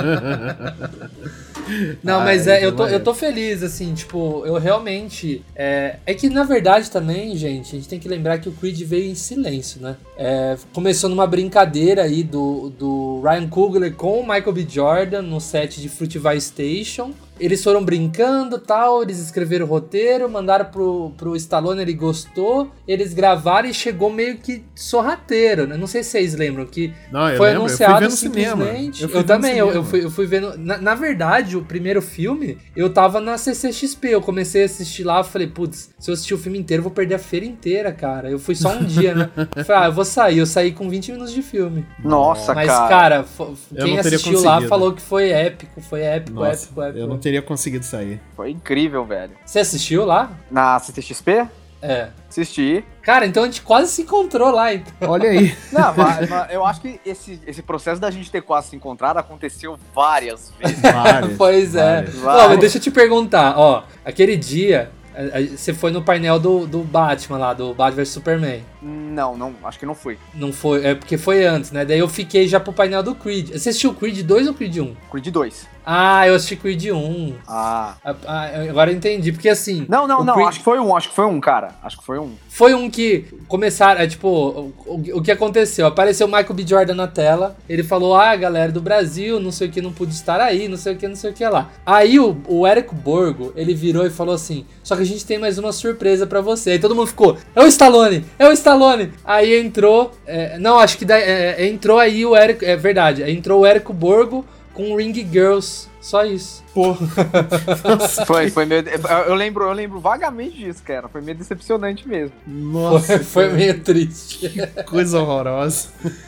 Não, mas Ai, é, eu tô, demais. eu tô feliz, assim, tipo, eu realmente. É, é que na verdade também, gente, a gente tem que lembrar que o Creed veio em silêncio, né? É, começou numa brincadeira aí do, do Ryan Coogler com o Michael B. Jordan no set de Fruitvale Station. Eles foram brincando e tal, eles escreveram o roteiro, mandaram pro, pro Stallone, ele gostou, eles gravaram e chegou meio que sorrateiro, né? Não sei se vocês lembram que Não, eu foi lembro, eu fui anunciado ver no cinema. simplesmente. Eu Eu, fui ver no também, eu, eu, cinema. fui, eu fui vendo. Na, na verdade, o primeiro filme, eu tava na C C X P. Eu comecei a assistir lá, eu falei, putz, se eu assistir o filme inteiro, eu vou perder a feira inteira, cara. Eu fui só um dia, né? Eu falei, ah, eu vou sair. Eu saí com vinte minutos de filme. Nossa, Mas, cara. cara, fo- Eu quem não teria assistiu lá conseguido. falou que foi épico, foi épico, Nossa, épico, épico. eu não teria conseguido sair. Foi incrível, velho. Você assistiu lá? Na C C X P? É. Assisti. Cara, então a gente quase se encontrou lá, então. Olha aí. Não, mas, mas eu acho que esse, esse processo da gente ter quase se encontrado aconteceu várias vezes. Várias, Pois é. várias. Vai. Ó, mas deixa eu te perguntar, ó. Aquele dia, a- a- você foi no painel do, do Batman lá, do Batman versus Superman. Não, não, acho que não fui. Não foi, é porque foi antes, né? Daí eu fiquei já pro painel do Creed. Você assistiu o Creed dois ou o Creed um? Creed dois. Ah, eu assisti Creed um. Ah. Ah, ah, agora eu entendi, porque assim... Não, não, o não, Creed- acho que foi um, acho que foi um, cara. Acho que foi um. Foi um que começaram, é tipo, o, o, o que aconteceu? Apareceu o Michael B. Jordan na tela, ele falou, ah, galera do Brasil, não sei o que, não pude estar aí, não sei o que, não sei o que lá. Aí o, o Érico Borgo, ele virou e falou assim, só que a gente tem mais uma surpresa pra você. Aí todo mundo ficou, é o Stallone, é o Stallone. Aí entrou, é, não, acho que daí, é, entrou aí o Érico, é verdade, aí entrou o Érico Borgo com Ring Girls, só isso. Pô, Foi, foi meio. Eu lembro, eu lembro vagamente disso, cara. Foi meio decepcionante mesmo. nossa, Foi, foi meio triste. que coisa horrorosa.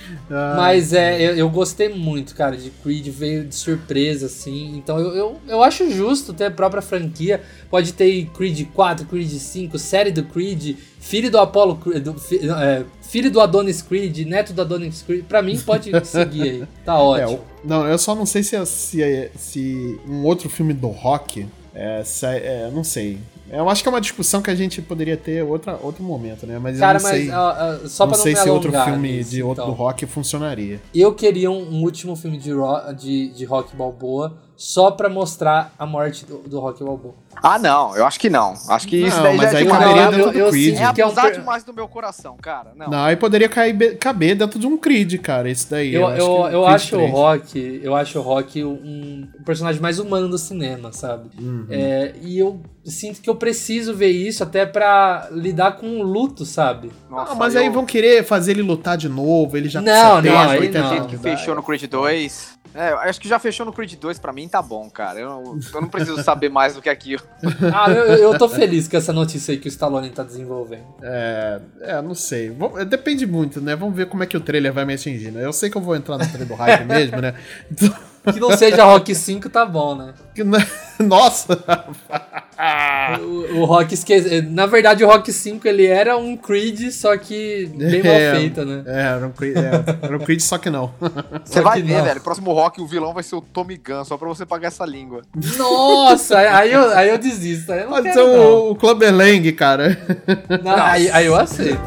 Ah, Mas é, eu, eu gostei muito, cara, de Creed, veio de surpresa, assim. Então eu, eu, eu acho justo ter a própria franquia. Pode ter Creed quatro, Creed cinco, série do Creed, filho do Apollo Creed, do, fi, é, filho do Adonis Creed, neto do Adonis Creed. Pra mim, pode seguir aí. Tá ótimo. É, não, eu só não sei se, se, se um outro filme do Rock, é, é, não sei. Eu acho que é uma discussão que a gente poderia ter outra, outro momento, né? Mas Cara, eu não mas sei, uh, uh, só não pra não sei me se outro alongar filme nisso, de outro então. do Rock funcionaria. Eu queria um, um último filme de, ro de, de Rock Balboa só pra mostrar a morte do, do Rock Balboa. Ah, não, eu acho que não. Acho que Não, isso daí mas já aí é caberia demais. dentro do eu Creed. sinto É que é um abusar per- demais do meu coração, cara. Não. Não, aí poderia cair, caber dentro de um Creed, cara, esse daí. Eu, acho eu, que o eu Creed acho o três. Rock, eu acho o Rock um, um personagem mais humano do cinema, sabe? Uhum. É, e eu sinto que eu preciso ver isso até pra lidar com o luto, sabe? Nossa, Ah, mas eu- aí vão querer fazer ele lutar de novo, ele já Não, com não, aí oitenta não. anos de que idade. fechou no Creed dois. É, eu acho que já fechou no Creed dois, pra mim tá bom, cara. Eu, eu não preciso saber mais do que aquilo. Ah, eu, eu tô feliz com essa notícia aí que o Stallone tá desenvolvendo. É, é, não sei. Vou- depende muito, né? Vamos ver como é que o trailer vai me atingir, né? Eu sei que eu vou entrar no trailer do hype mesmo, né? Então, Que não seja Rock cinco, tá bom, né? que não- nossa! O, o Rock esquece... Na verdade, o Rock cinco, ele era um Creed, só que bem mal É, feito, né? É, era um Creed, é, era um Creed só que não. Você Só vai que ver, não. velho. Próximo Rock, o vilão vai ser o Tommy Gunn, só pra você pagar essa língua. Nossa, aí eu, aí eu desisto. Aí eu não Pode quero, ser não. o, o Clubber Lang, cara. Não, aí, aí eu aceito.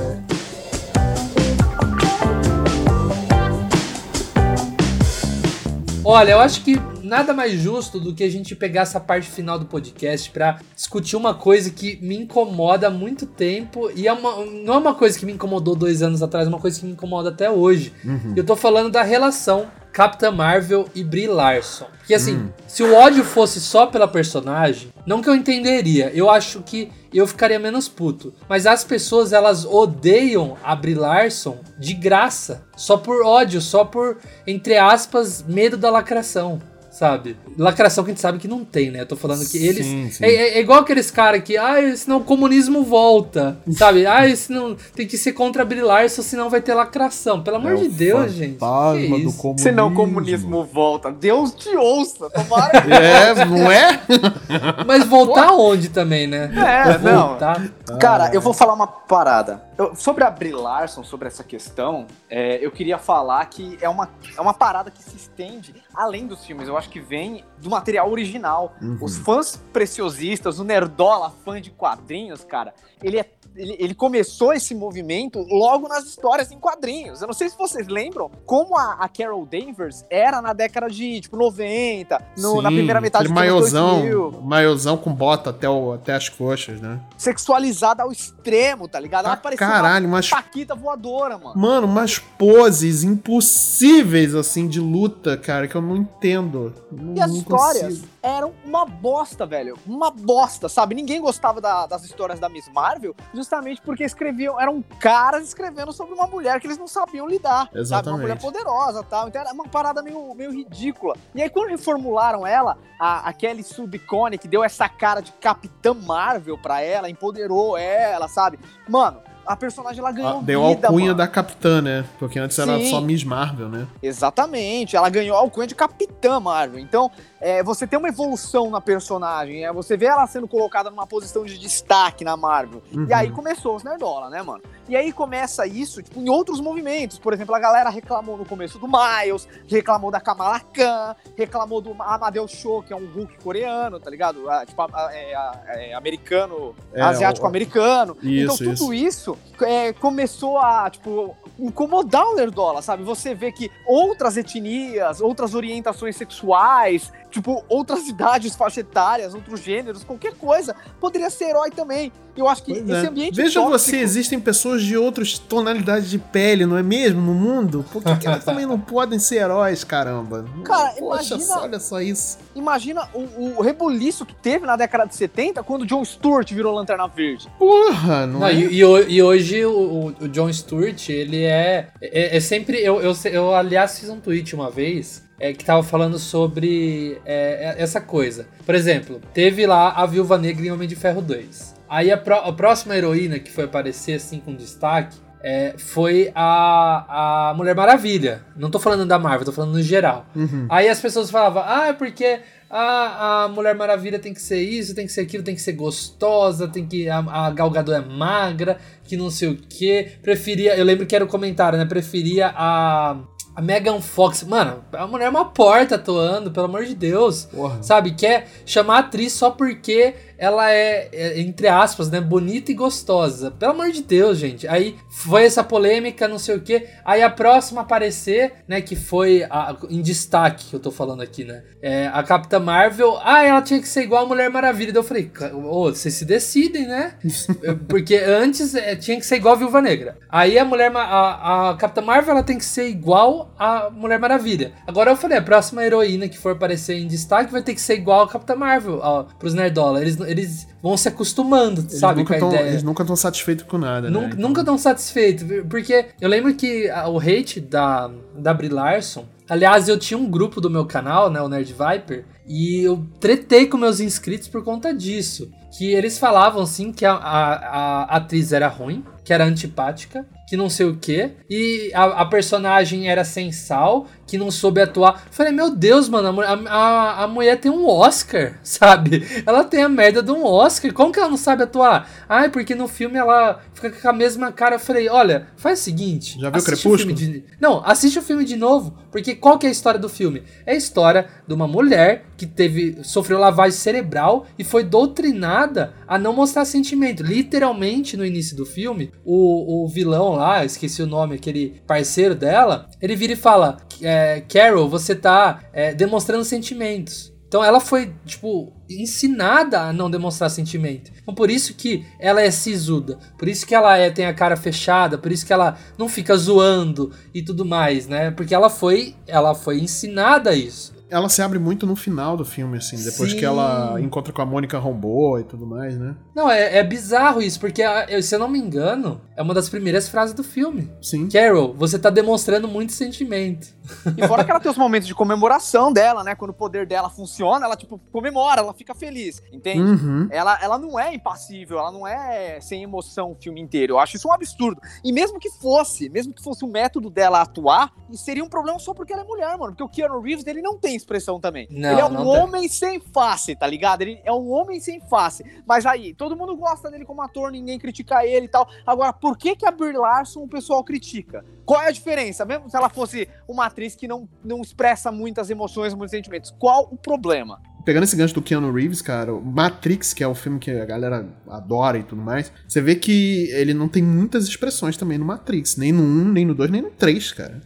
Olha, eu acho que nada mais justo do que a gente pegar essa parte final do podcast pra discutir uma coisa que me incomoda há muito tempo e é uma, não é uma coisa que me incomodou dois anos atrás, é uma coisa que me incomoda até hoje. Eu tô falando da relação Capitã Marvel e Brie Larson. Porque assim, Hum. se o ódio fosse só pela personagem, não que eu entenderia, eu acho que eu ficaria menos puto. Mas as pessoas, elas odeiam a Brie Larson de graça. Só por ódio, só por, entre aspas, medo da lacração. Sabe? Lacração que a gente sabe que não tem, né? Eu tô falando que eles... Sim, sim. É, é- é igual aqueles caras que... Ah, senão o comunismo volta. Sabe? Ah, senão tem que ser contra a Brie Larson, senão vai ter lacração. Pelo amor É de o Deus, gente. fantasma Que do isso? comunismo. Senão o comunismo volta. Deus te ouça. Tomara. É, não é? Mas voltar aonde também, né? É, não. Voltar... Cara, eu vou falar uma parada. Eu- sobre a Brie Larson, sobre essa questão, é, eu queria falar que é uma, é uma parada que se estende além dos filmes. Eu acho que vem do material original. Uhum. Os fãs preciosistas, o Nerdola, fã de quadrinhos, cara, ele é Ele, ele começou esse movimento logo nas histórias em quadrinhos. Eu não sei se vocês lembram como a, a Carol Danvers era na década de, tipo, noventa, no- Sim, na primeira metade aquele dos anos dois mil. maiôzão, maiôzão com bota até, o, até as coxas, né? Sexualizada ao extremo, tá ligado? Ela Pra parecia caralho, uma mas- paquita voadora, mano. Mano, umas poses impossíveis, assim, de luta, cara, que eu não entendo. Não, E as não histórias consigo. eram uma bosta, velho. Uma bosta, sabe? Ninguém gostava da- das histórias da Miss Marvel justamente porque escreviam, eram caras escrevendo sobre uma mulher que eles não sabiam lidar. Sabe? Uma Exatamente. mulher poderosa e tal. Então era uma parada meio, meio ridícula. E aí quando reformularam ela, a, a Kelly Sue DeConnick que deu essa cara de Capitã Marvel pra ela, empoderou ela, sabe? Mano, a personagem ela ganhou Ah, deu a vida, alcunha mano. da Capitã, né? Porque antes era Sim. só Miss Marvel, né? Exatamente, ela ganhou a alcunha de Capitã Marvel. Então, é, você tem uma evolução na personagem, é, você vê ela sendo colocada numa posição de destaque na Marvel. Uhum. E aí começou os Nerdola, né, mano? E aí começa isso, tipo, em outros movimentos. Por exemplo, a galera reclamou no começo do Miles, reclamou da Kamala Khan, reclamou do Amadeus Cho, que é um Hulk coreano, tá ligado? Ah, tipo, a- a- é, a- é, americano, É, asiático-americano. Isso, Então, tudo isso, é, começou a, tipo, incomodar o Nerdola, sabe? Você vê que outras etnias, outras orientações sexuais, tipo, outras idades, faixa etárias, outros gêneros, qualquer coisa, poderia ser herói também. Eu acho que Pois esse é. ambiente Veja tóxico- você, existem pessoas de outras tonalidades de pele, não é mesmo? No mundo? Por que, que elas também não podem ser heróis, caramba? Cara, Poxa, imagina- só, olha só isso. Imagina o, o rebuliço que teve na década de setenta quando o John Stewart virou Lanterna Verde. Porra, não, Não, é? e, e ho- e hoje o, o John Stewart, ele é, é, é sempre... Eu, eu, eu, aliás, fiz um tweet uma vez é, que tava falando sobre é, é, essa coisa. Por exemplo, teve lá a Viúva Negra em Homem de Ferro dois. Aí a, pró- a próxima heroína que foi aparecer assim com destaque é, foi a, a Mulher Maravilha. Não tô falando da Marvel, tô falando no geral. Uhum. Aí as pessoas falavam, ah, é porque a, a Mulher Maravilha tem que ser isso, tem que ser aquilo, tem que ser gostosa, tem que a, a Gal Gadot é magra, que não sei o quê. Preferia, eu lembro que era o comentário, né? Preferia a... A Megan Fox, mano, a mulher é uma porta atuando, pelo amor de Deus. Porra. Sabe, quer chamar a atriz só porque ela é, é, entre aspas, né, bonita e gostosa. Pelo amor de Deus, gente. Aí foi essa polêmica, não sei o quê. Aí a próxima a aparecer, né, que foi a, em destaque, que eu tô falando aqui, né, é, a Capitã Marvel. Ah, ela tinha que ser igual a Mulher Maravilha. Daí eu falei, ô, vocês se decidem, né? Porque antes é, tinha que ser igual a Viúva Negra. Aí a Mulher, a, a Capitã Marvel, ela tem que ser igual a Mulher Maravilha. Agora eu falei, a próxima heroína que for aparecer em destaque vai ter que ser igual a Capitã Marvel, ó, pros nerdola. Eles, eles vão se acostumando, Eles sabe, nunca com a tão, ideia. Eles nunca estão satisfeitos com nada, Nunca, né? Nunca estão satisfeitos. Porque eu lembro que a, o hate da, da Brie Larson... Aliás, eu tinha um grupo do meu canal, né, o Nerd Viper, e eu tretei com meus inscritos por conta disso. Que eles falavam, assim, que a, a, a atriz era ruim, que era antipática, que não sei o quê, e a, a personagem era sem sal, que não soube atuar. Eu falei, meu Deus, mano, a, a, a mulher tem um Oscar, sabe? Ela tem a merda de um Oscar, como que ela não sabe atuar? Ah, porque no filme ela fica com a mesma cara. Eu falei, olha, faz o seguinte... Já viu assiste Crepúsculo? o filme de... Não, assiste o filme de novo, porque qual que é a história do filme? É a história de uma mulher que teve, sofreu lavagem cerebral e foi doutrinada a não mostrar sentimento. Literalmente, no início do filme, o, o vilão lá, esqueci o nome, aquele parceiro dela, ele vira e fala, é, Carol, você tá é, demonstrando sentimentos. Então ela foi, tipo, ensinada a não demonstrar sentimento. Então por isso que ela é sisuda, por isso que ela é, tem a cara fechada, por isso que ela não fica zoando e tudo mais, né? Porque ela foi, ela foi ensinada a isso. Ela se abre muito no final do filme, assim, depois Sim. que ela encontra com a Mônica Rambeau e tudo mais, né? Não, é, é bizarro isso, porque, se eu não me engano, é uma das primeiras frases do filme. Sim. Carol, você tá demonstrando muito sentimento. E fora que ela tem os momentos de comemoração dela, né? Quando o poder dela funciona, ela, tipo, comemora, ela fica feliz, entende? Uhum. Ela, ela não é impassível, ela não é sem emoção o filme inteiro. Eu acho isso um absurdo. E mesmo que fosse, mesmo que fosse o método dela atuar, seria um problema só porque ela é mulher, mano. Porque o Keanu Reeves, ele não tem expressão também. Não, ele é um não tem. homem sem face, tá ligado? Ele é um homem sem face. Mas aí, todo mundo gosta dele como ator, ninguém critica ele e tal. Agora, por que que a Brie Larson o pessoal critica? Qual é a diferença? Mesmo se ela fosse uma atriz que não, não expressa muitas emoções, muitos sentimentos, qual o problema? Pegando esse gancho do Keanu Reeves, cara, o Matrix, que é o filme que a galera adora e tudo mais, você vê que ele não tem muitas expressões também no Matrix, nem no um, nem no dois, nem no três, cara.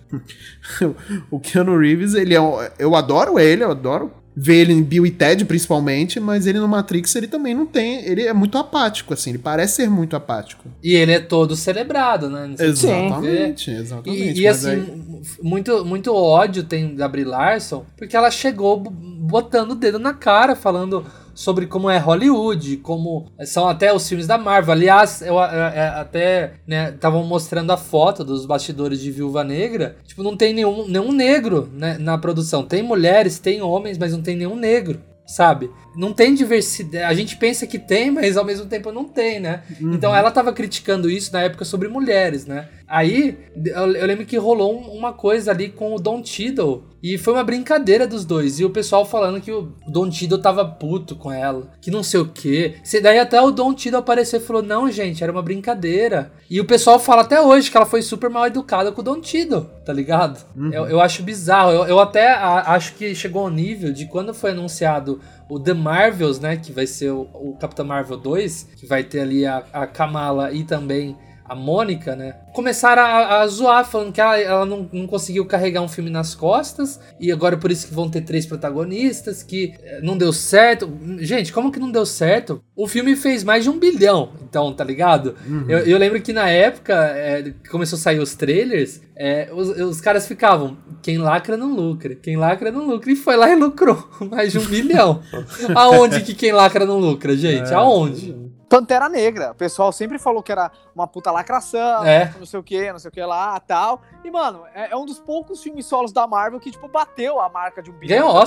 O Keanu Reeves, ele é, eu adoro ele, eu adoro ver ele em Bill e Ted, principalmente, mas ele no Matrix, ele também não tem, ele é muito apático, assim, ele parece ser muito apático. E ele é todo celebrado, né? Não sei se você Exatamente, vê. exatamente. E, e mas assim, aí... muito, muito ódio tem da Brie Larson, porque ela chegou botando o dedo na cara, falando sobre como é Hollywood, como são até os filmes da Marvel. Aliás, eu, eu, eu até estavam né, mostrando a foto dos bastidores de Viúva Negra. Tipo, não tem nenhum, nenhum negro né, na produção. Tem mulheres, tem homens, mas não tem nenhum negro, sabe? Não tem diversidade. A gente pensa que tem, mas ao mesmo tempo não tem, né? Uhum. Então ela tava criticando isso na época sobre mulheres, né? Aí, eu, eu lembro que rolou um, uma coisa ali com o Don Cheadle. E foi uma brincadeira dos dois. E o pessoal falando que o Don Cheadle tava puto com ela. Que não sei o quê. Daí até o Don Cheadle apareceu e falou, não, gente, era uma brincadeira. E o pessoal fala até hoje que ela foi super mal educada com o Don Cheadle, tá ligado? Uhum. Eu, eu acho bizarro. Eu, eu até a, acho que chegou ao nível de quando foi anunciado o The Marvels, né? Que vai ser o, o Capitão Marvel dois. Que vai ter ali a, a Kamala e também a Mônica, né? Começaram a, a zoar, falando que ela, ela não, não conseguiu carregar um filme nas costas, e agora por isso que vão ter três protagonistas, que não deu certo. Gente, como que não deu certo? O filme fez mais de um bilhão, então, tá ligado? Uhum. Eu, eu lembro que na época, é, começou a sair os trailers, é, os, os caras ficavam, quem lacra não lucra, quem lacra não lucra, e foi lá e lucrou mais de um bilhão. Aonde que quem lacra não lucra, gente? É, Aonde? Pantera Negra. O pessoal sempre falou que era uma puta lacração, é. não sei o que, não sei o que lá, tal. E, mano, é, é um dos poucos filmes solos da Marvel que, tipo, bateu a marca de um bilhão. Ganhou Oscar.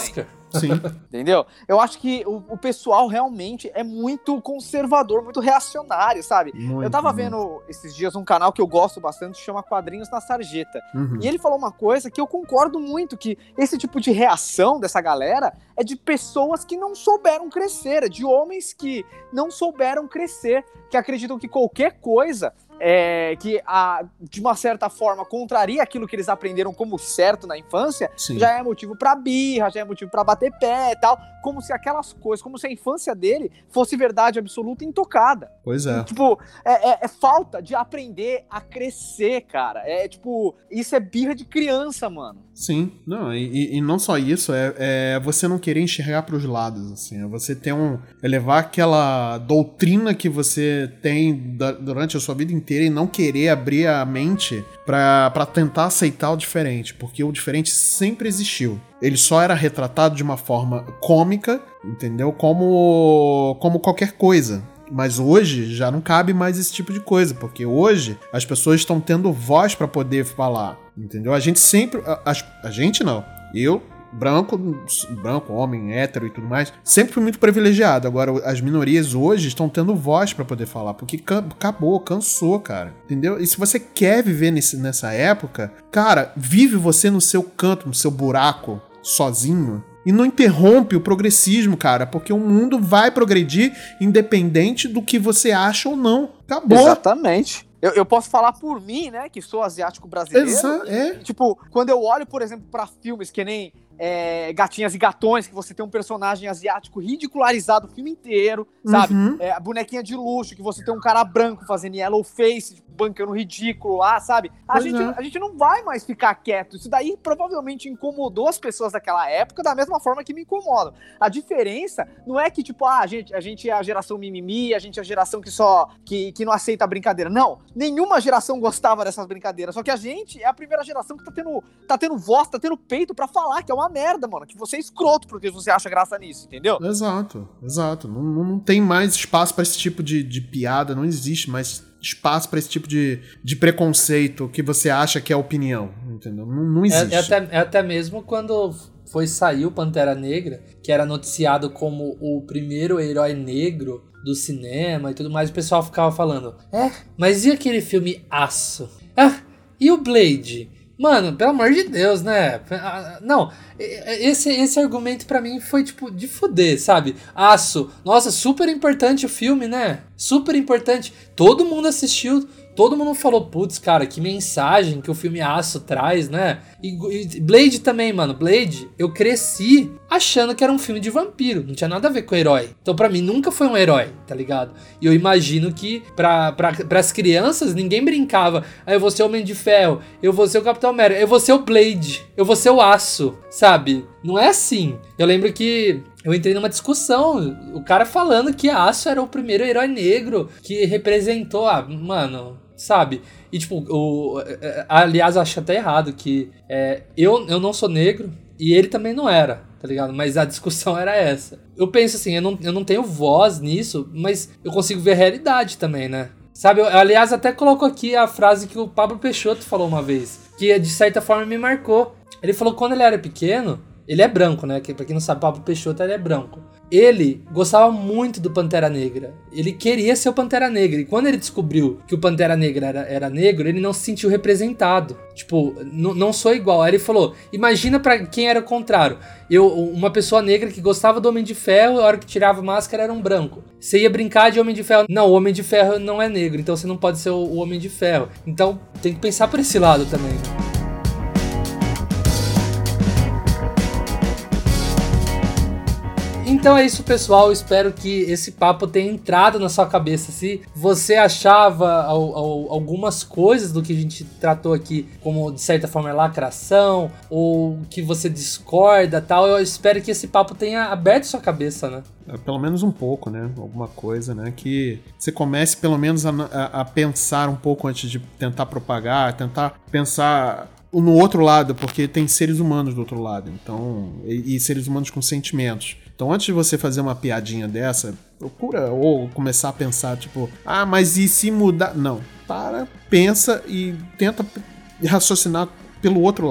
Sim. Entendeu? Eu acho que o, o pessoal realmente é muito conservador, muito reacionário, sabe? Muito, eu tava muito. vendo esses dias um canal que eu gosto bastante, chama Quadrinhos na Sarjeta. Uhum. E ele falou uma coisa que eu concordo muito, que esse tipo de reação dessa galera é de pessoas que não souberam crescer, é de homens que não souberam crescer, que acreditam que qualquer coisa é, que a, de uma certa forma contraria aquilo que eles aprenderam como certo na infância, Sim. já é motivo pra birra, já é motivo pra bater pé e tal, como se aquelas coisas, como se a infância dele fosse verdade absoluta e intocada. Pois é. Tipo, é, é, é falta de aprender a crescer, cara. É tipo, isso é birra de criança, mano. Sim, não, e, e não só isso, é, é você não querer enxergar pros lados, assim, é você ter um, é levar aquela doutrina que você tem da, durante a sua vida inteira e não querer abrir a mente pra, pra tentar aceitar o diferente, porque o diferente sempre existiu. Ele só era retratado de uma forma cômica, entendeu? Como, como qualquer coisa. Mas hoje já não cabe mais esse tipo de coisa, porque hoje as pessoas estão tendo voz pra poder falar, entendeu? A gente sempre... A, a, a gente não. Eu, branco, branco, homem, hétero e tudo mais, sempre fui muito privilegiado. Agora, as minorias hoje estão tendo voz pra poder falar, porque can, acabou, cansou, cara. Entendeu? E se você quer viver nesse, nessa época, cara, vive você no seu canto, no seu buraco, sozinho. E não interrompe o progressismo, cara, porque o mundo vai progredir independente do que você acha ou não. Acabou. Exatamente. Eu, eu posso falar por mim, né, que sou asiático brasileiro. Exa- é. Tipo, quando eu olho, por exemplo, pra filmes que nem é, Gatinhas e Gatões, que você tem um personagem asiático ridicularizado o filme inteiro, sabe? Uhum. É, a bonequinha de luxo, que você tem um cara branco fazendo yellow face, tipo, bancando ridículo lá, sabe? A Pois gente, é. a gente não vai mais ficar quieto. Isso daí provavelmente incomodou as pessoas daquela época da mesma forma que me incomodam. A diferença não é que, tipo, ah, a gente, a gente é a geração mimimi, a gente é a geração que só que, que não aceita a brincadeira. Não, nenhuma geração gostava dessas brincadeiras. Só que a gente é a primeira geração que tá tendo, tá tendo voz, tá tendo peito pra falar que é uma merda, mano. Que você é escroto porque você acha graça nisso, entendeu? Exato, exato. Não, não tem mais espaço pra esse tipo de, de piada, não existe mais espaço pra esse tipo de, de preconceito que você acha que é opinião, entendeu? Não, não existe. É, é, até, é até mesmo quando foi sair o Pantera Negra, que era noticiado como o primeiro herói negro do cinema e tudo mais, o pessoal ficava falando, é, mas e aquele filme Aço? Ah, e o Blade? Mano, pelo amor de Deus, né? Não, esse, esse argumento pra mim foi tipo de fuder, sabe? Aço, nossa, super importante o filme, né? Super importante, todo mundo assistiu, todo mundo falou, putz, cara, que mensagem que o filme Aço traz, né? E, e Blade também, mano, Blade, eu cresci achando que era um filme de vampiro, não tinha nada a ver com herói. Então pra mim nunca foi um herói, tá ligado? E eu imagino que pra, pra, pras crianças ninguém brincava, ah, eu vou ser o Homem de Ferro, eu vou ser o Capitão América, eu vou ser o Blade, eu vou ser o Aço, sabe? Não é assim. Eu lembro que eu entrei numa discussão, o cara falando que Aço era o primeiro herói negro que representou, ah, mano, sabe? E tipo, o, aliás, eu acho até errado que é, eu, eu não sou negro e ele também não era, tá ligado? Mas a discussão era essa. Eu penso assim, eu não, eu não tenho voz nisso, mas eu consigo ver a realidade também, né? Sabe, eu, aliás, até coloco aqui a frase que o Pablo Peixoto falou uma vez, que de certa forma me marcou. Ele falou que quando ele era pequeno, ele é branco, né? Que, pra quem não sabe, Pablo Peixoto, ele é branco. Ele gostava muito do Pantera Negra. Ele queria ser o Pantera Negra. E quando ele descobriu que o Pantera Negra era, era negro, ele não se sentiu representado. Tipo, não sou igual. Aí ele falou, imagina pra quem era o contrário. Eu, uma pessoa negra que gostava do Homem de Ferro, a hora que tirava a máscara era um branco. Você ia brincar de Homem de Ferro. Não, o Homem de Ferro não é negro, então você não pode ser o, o Homem de Ferro. Então tem que pensar por esse lado também. Então é isso, pessoal, espero que esse papo tenha entrado na sua cabeça. Se você achava al- al- algumas coisas do que a gente tratou aqui como, de certa forma, lacração, ou que você discorda, tal, eu espero que esse papo tenha aberto sua cabeça, né? É, pelo menos um pouco, né? Alguma coisa, né? Que você comece pelo menos a, a, a pensar um pouco antes de tentar propagar, tentar pensar no outro lado, porque tem seres humanos do outro lado, então, e, e seres humanos com sentimentos. Então, antes de você fazer uma piadinha dessa, procura ou começar a pensar, tipo, ah, mas e se mudar? Não, para, pensa e tenta raciocinar pelo outro lado.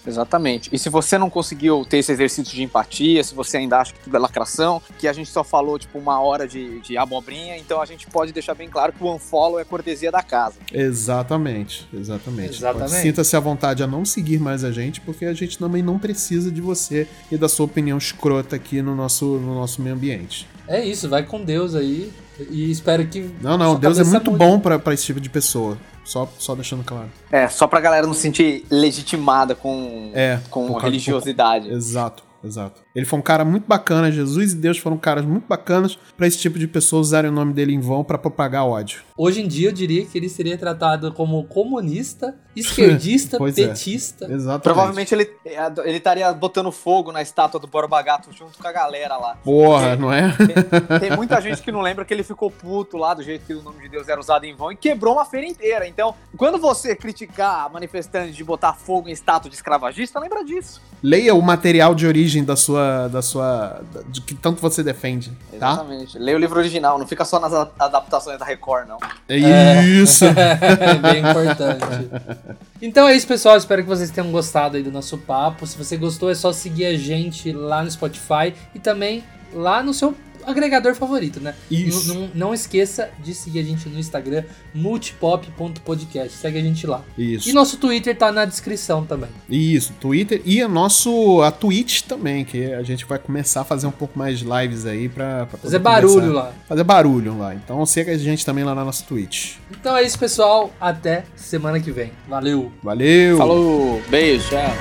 Exatamente. E se você não conseguiu ter esse exercício de empatia, se você ainda acha que tudo é lacração, que a gente só falou, tipo, uma hora de, de abobrinha, então a gente pode deixar bem claro que o unfollow é cortesia da casa. Exatamente, exatamente. Exatamente. Sinta-se à vontade a não seguir mais a gente, porque a gente também não precisa de você e da sua opinião escrota aqui no nosso, no nosso meio ambiente. É isso, vai com Deus aí e espero que... Não, não, sua Deus é cabeça muito mude. bom pra, pra esse tipo de pessoa. Só, só deixando claro. É, só pra galera não se sentir legitimada com, É, com por causa- religiosidade. Exato, exato. Ele foi um cara muito bacana, Jesus e Deus foram caras muito bacanas pra esse tipo de pessoa usarem o nome dele em vão pra propagar ódio. Hoje em dia eu diria que ele seria tratado como comunista, esquerdista, Pois é. petista. Exatamente. Provavelmente ele ele estaria botando fogo na estátua do Borba Gato junto com a galera lá. Porra, não é? Tem, tem muita gente que não lembra que ele ficou puto lá do jeito que o nome de Deus era usado em vão e quebrou uma feira inteira. Então, quando você criticar manifestantes de botar fogo em estátua de escravagista, lembra disso. Leia o material de origem da sua, da sua, de que tanto você defende, tá? Exatamente. Leia o livro original, não fica só nas a- adaptações da Record, não. É isso. É bem importante. Então é isso, pessoal. Espero que vocês tenham gostado aí do nosso papo. Se você gostou, é só seguir a gente lá no Spotify e também lá no seu agregador favorito, né? Isso. Não, não, não esqueça de seguir a gente no Instagram, multipop ponto podcast. Segue a gente lá. Isso. E nosso Twitter tá na descrição também. Isso, Twitter e a nosso a Twitch também, que a gente vai começar a fazer um pouco mais de lives aí pra, pra poder Fazer barulho conversar. lá. Fazer barulho lá. Então siga a gente também lá na nossa Twitch. Então é isso, pessoal. Até semana que vem. Valeu! Valeu! Falou, beijo, tchau.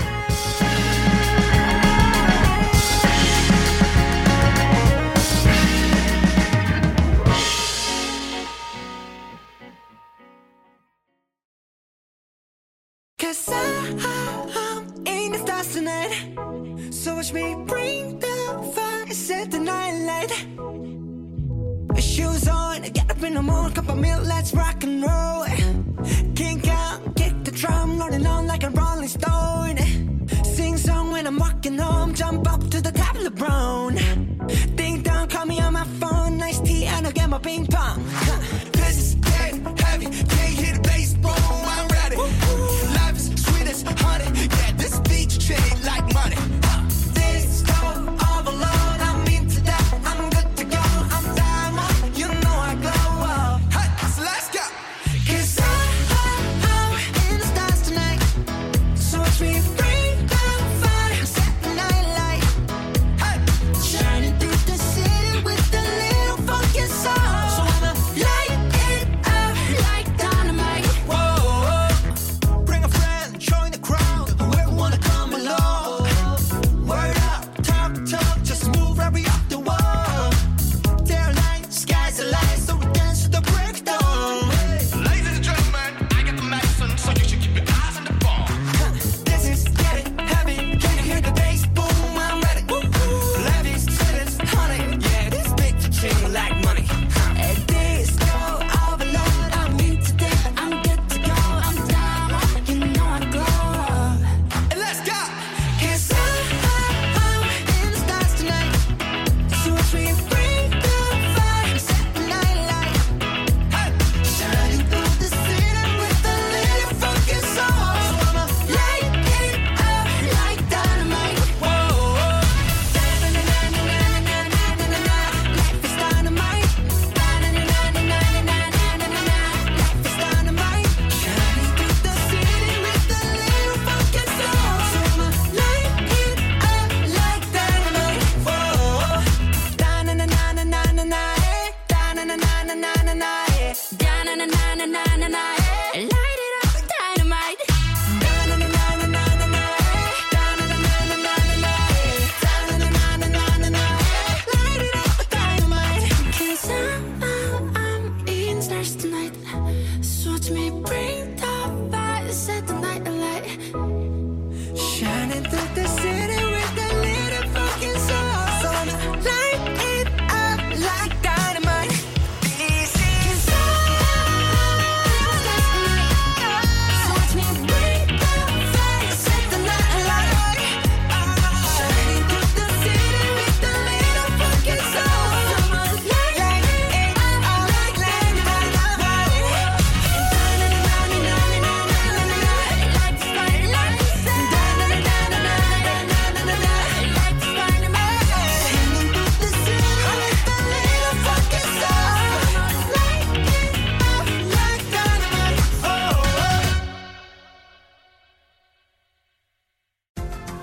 Cause I, I'm in the stars tonight. So watch me bring the fire, set the night light. Shoes on, get up in the morning, cup of milk, let's rock and roll. Kink out, kick the drum, rolling on like a rolling stone. Sing song when I'm walking home, jump up to the top of the brown. Ding dong, call me on my phone, nice tea, and I'll get my ping pong. This is dead heavy, can't hear the bass, boom, I'm ready. Life is sweet as honey, yeah, this beach chain like money. This go all alone, I'm into that, I'm good to go, I'm diamond, you know I glow. Hey, so let's go. Cause I, I, I'm in the stars tonight, so watch me bring down fire, set the night light. Hey, shining through the city with a little funky soul. So I'ma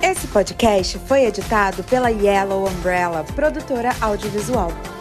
Esse podcast foi editado pela Yellow Umbrella, produtora audiovisual.